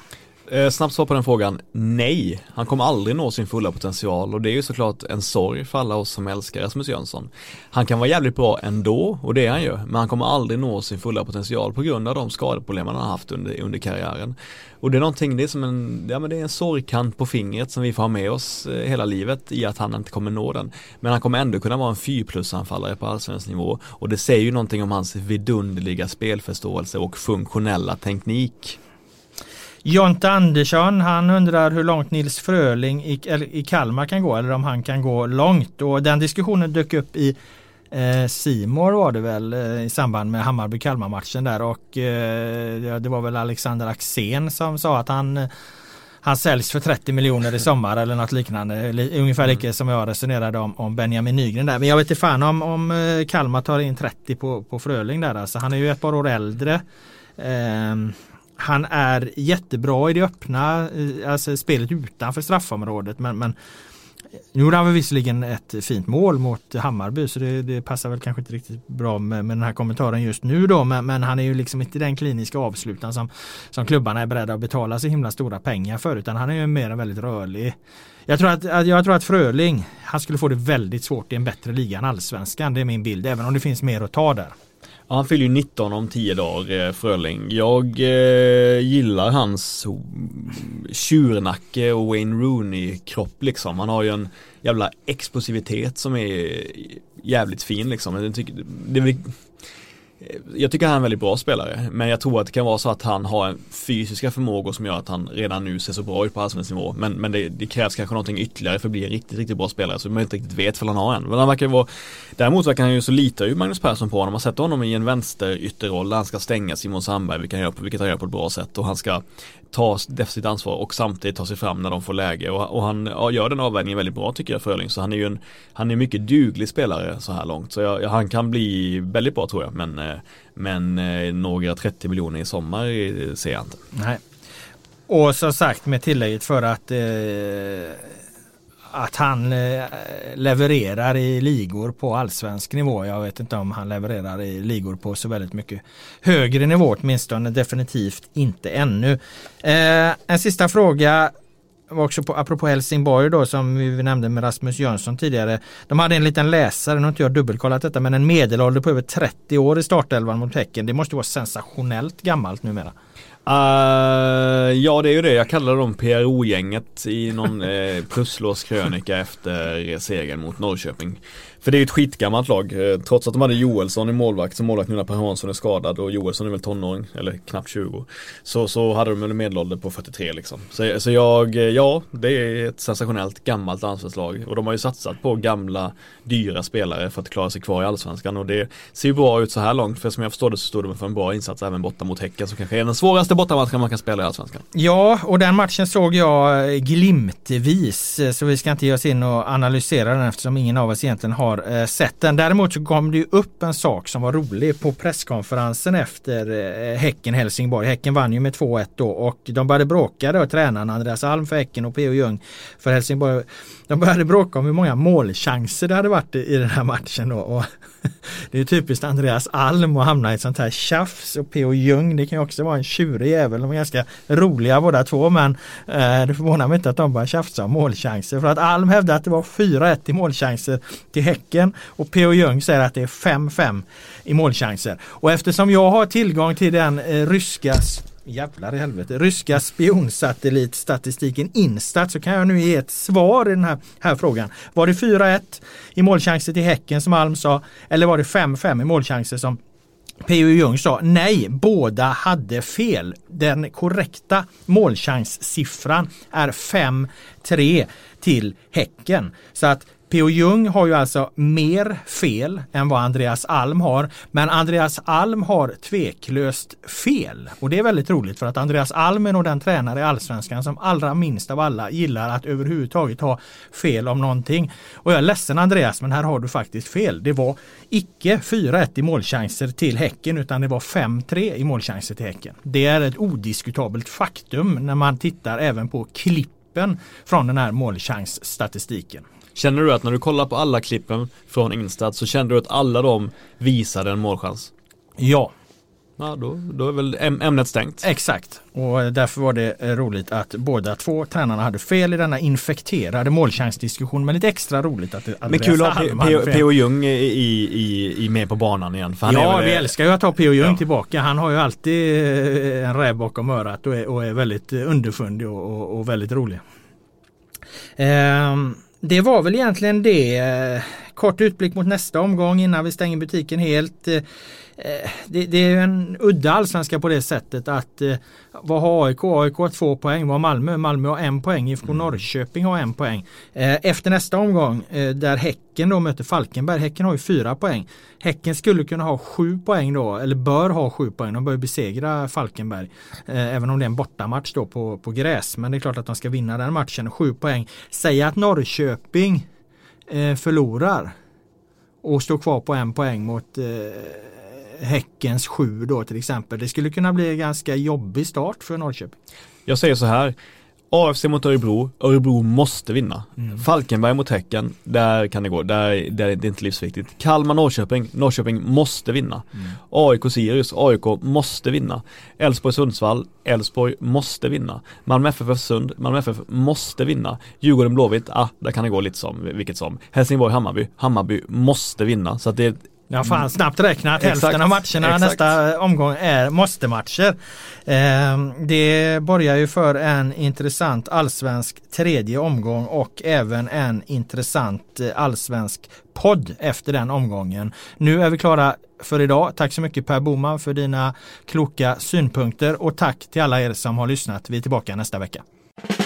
Snabbt svar på den frågan, nej. Han kommer aldrig nå sin fulla potential och det är ju såklart en sorg för alla oss som älskar Rasmus Jönsson. Han kan vara jävligt bra ändå och det är han ju, men han kommer aldrig nå sin fulla potential på grund av de skadeproblem han har haft under karriären. Och det är någonting, det är som det är en sorgkant på fingret som vi får ha med oss hela livet i att han inte kommer nå den. Men han kommer ändå kunna vara en 4+-anfallare på allsvensk nivå och det säger ju någonting om hans vidunderliga spelförståelse och funktionella teknik. Jonte Andersson, han undrar hur långt Nils Fröling i Kalmar kan gå eller om han kan gå långt. Och den diskussionen dök upp i Simor var det väl i samband med Hammarby-Kalmar-matchen där och det var väl Alexander Axén som sa att han säljs för 30 miljoner i sommar eller något liknande. Ungefär lika som jag resonerade om Benjamin Nygren där. Men jag vet inte fan om Kalmar tar in 30 på Fröling där. Alltså, han är ju ett par år äldre. Han är jättebra i det öppna, alltså spelet utanför straffområdet, men nu gjorde han väl visserligen ett fint mål mot Hammarby så det passar väl kanske inte riktigt bra med den här kommentaren just nu då, men han är ju liksom inte den kliniska avslutaren som klubbarna är beredda att betala så himla stora pengar för, utan han är ju mer väldigt rörlig. Jag tror att Fröling, han skulle få det väldigt svårt i en bättre liga än allsvenskan, det är min bild, även om det finns mer att ta där. Ja, han fyller ju 19 om 10 dagar, Fröling. Jag gillar hans tjurnacke och Wayne Rooney-kropp liksom. Han har ju en jävla explosivitet som är jävligt fin liksom. Jag tycker han är en väldigt bra spelare, men jag tror att det kan vara så att han har en fysiska förmågor som gör att han redan nu ser så bra ut på allsvensk nivå, men det krävs kanske någonting ytterligare för att bli en riktigt, riktigt bra spelare så man inte riktigt vet för han har en. Men han verkar vara, däremot verkar han ju så litar ju Magnus Persson på honom. Man sätter honom i en vänster ytterroll där han ska stänga Simon Sandberg, vilket han gör på ett bra sätt, och han ska ta definitivt ansvar och samtidigt ta sig fram när de får läge, och han gör den avvägningen väldigt bra tycker jag, Fröling. Så han är ju en mycket duglig spelare så här långt, så han kan bli väldigt bra tror jag, men några 30 miljoner i sommar ser jag inte. Nej. Och som sagt med tillägget för att han levererar i ligor på allsvensk nivå. Jag vet inte om han levererar i ligor på så väldigt mycket högre nivå, åtminstone definitivt inte ännu. En sista fråga var också apropå Helsingborg då, som vi nämnde med Rasmus Jönsson tidigare. De hade en liten läsare, nu har inte jag dubbelkollat detta, men en medelålder på över 30 år i startelvan mot Häcken. Det måste vara sensationellt gammalt numera. Ja, det är ju det. Jag kallar dem PRO-gänget i någon pluslåskrönika efter segern mot Norrköping. För det är ju ett skitgammalt lag. Trots att de hade Joelsson i målvakt, som målvakt nu när Per Hansson är skadad och Joelsson är väl tonåring, eller knappt 20. Så hade de en medelålder på 43 liksom. Så det är ett sensationellt gammalt landslagslag. Och de har ju satsat på gamla, dyra spelare för att klara sig kvar i allsvenskan. Och det ser ju bra ut så här långt. För som jag förstår det så stod de för en bra insats även borta mot Häcken, som kanske är den svåraste bortamatchen man kan spela i allsvenskan. Ja, och den matchen såg jag glimtvis. Så vi ska inte ge oss in och analysera den eftersom ingen av oss egentligen har sett den. Däremot så kom det ju upp en sak som var rolig på presskonferensen efter Häcken-Helsingborg. Häcken vann ju med 2-1 då och de började bråka då, tränarna Andreas Alm för Häcken och P.O. Ljung för Helsingborg. De började bråka om hur många målchanser det hade varit i den här matchen då. Och det är typiskt Andreas Alm att hamna i ett sånt här tjafs, och P.O. Ljung, det kan ju också vara en tjurig jävel. De är ganska roliga båda två, men det förvånar mig inte att de bara tjafsar om målchanser, för att Alm hävdar att det var 4-1 i målchanser till Häcken och P.O. Ljung säger att det är 5-5 i målchanser. Och eftersom jag har tillgång till den ryska spionsatellitstatistiken Instat, så kan jag nu ge ett svar i den här frågan. Var det 4-1 i målchanser till Häcken som Alm sa, eller var det 5-5 i målchanser som P.O. Ljung sa? Nej, båda hade fel. Den korrekta målchanssiffran är 5-3 till Häcken. Så att P.O. Ljung har ju alltså mer fel än vad Andreas Alm har, men Andreas Alm har tveklöst fel. Och det är väldigt roligt, för att Andreas Alm är nog den tränare i allsvenskan som allra minst av alla gillar att överhuvudtaget ha fel om någonting. Och jag är ledsen Andreas, men här har du faktiskt fel. Det var icke 4-1 i målchanser till Häcken, utan det var 5-3 i målchanser till Häcken. Det är ett odiskutabelt faktum när man tittar även på klippen från den här målchansstatistiken. Känner du att när du kollar på alla klippen från Instat så känner du att alla de visade en målchans? Ja. Ja, då är väl ämnet stängt. Exakt, och därför var det roligt att båda två tränarna hade fel i denna infekterade målchansdiskussion, men lite extra roligt att men kul att P.O. Ljung i med på banan igen. För han vi älskar ju att ha P.O. Ljung tillbaka. Han har ju alltid en räv bakom örat och är väldigt underfundig och väldigt rolig. Det var väl egentligen det. Kort utblick mot nästa omgång innan vi stänger butiken helt. Det är ju en udda allsvenska på det sättet att vad har AIK? AIK har 2 poäng, vad har Malmö har 1 poäng, IFK Norrköping har 1 poäng. Efter nästa omgång där Häcken då möter Falkenberg, Häcken har ju 4 poäng. Häcken skulle kunna ha 7 poäng då, eller bör ha 7 poäng, de bör besegra Falkenberg, även om det är en bortamatch då på gräs, men det är klart att de ska vinna den matchen, 7 poäng. Säg att Norrköping förlorar och står kvar på 1 poäng mot Häckens 7 då till exempel. Det skulle kunna bli en ganska jobbig start för Norrköping. Jag säger så här, AFC mot Örebro måste vinna. Falkenberg mot Häcken, där kan det gå, där är det inte livsviktigt. Kalmar Norrköping måste vinna. AIK Sirius, AIK måste vinna. Elfsborg Sundsvall, Elfsborg måste vinna. Malmö FF Sund, Malmö FF måste vinna. Djurgården Blåvitt, där kan det gå lite som vilket som. Helsingborg Hammarby måste vinna, så att det Ja, fan, snabbt räknat. Hälften av matcherna nästa omgång är måste-matcher. Det börjar ju för en intressant allsvensk tredje omgång och även en intressant allsvensk podd efter den omgången. Nu är vi klara för idag. Tack så mycket Per Boman för dina kloka synpunkter och tack till alla er som har lyssnat. Vi är tillbaka nästa vecka.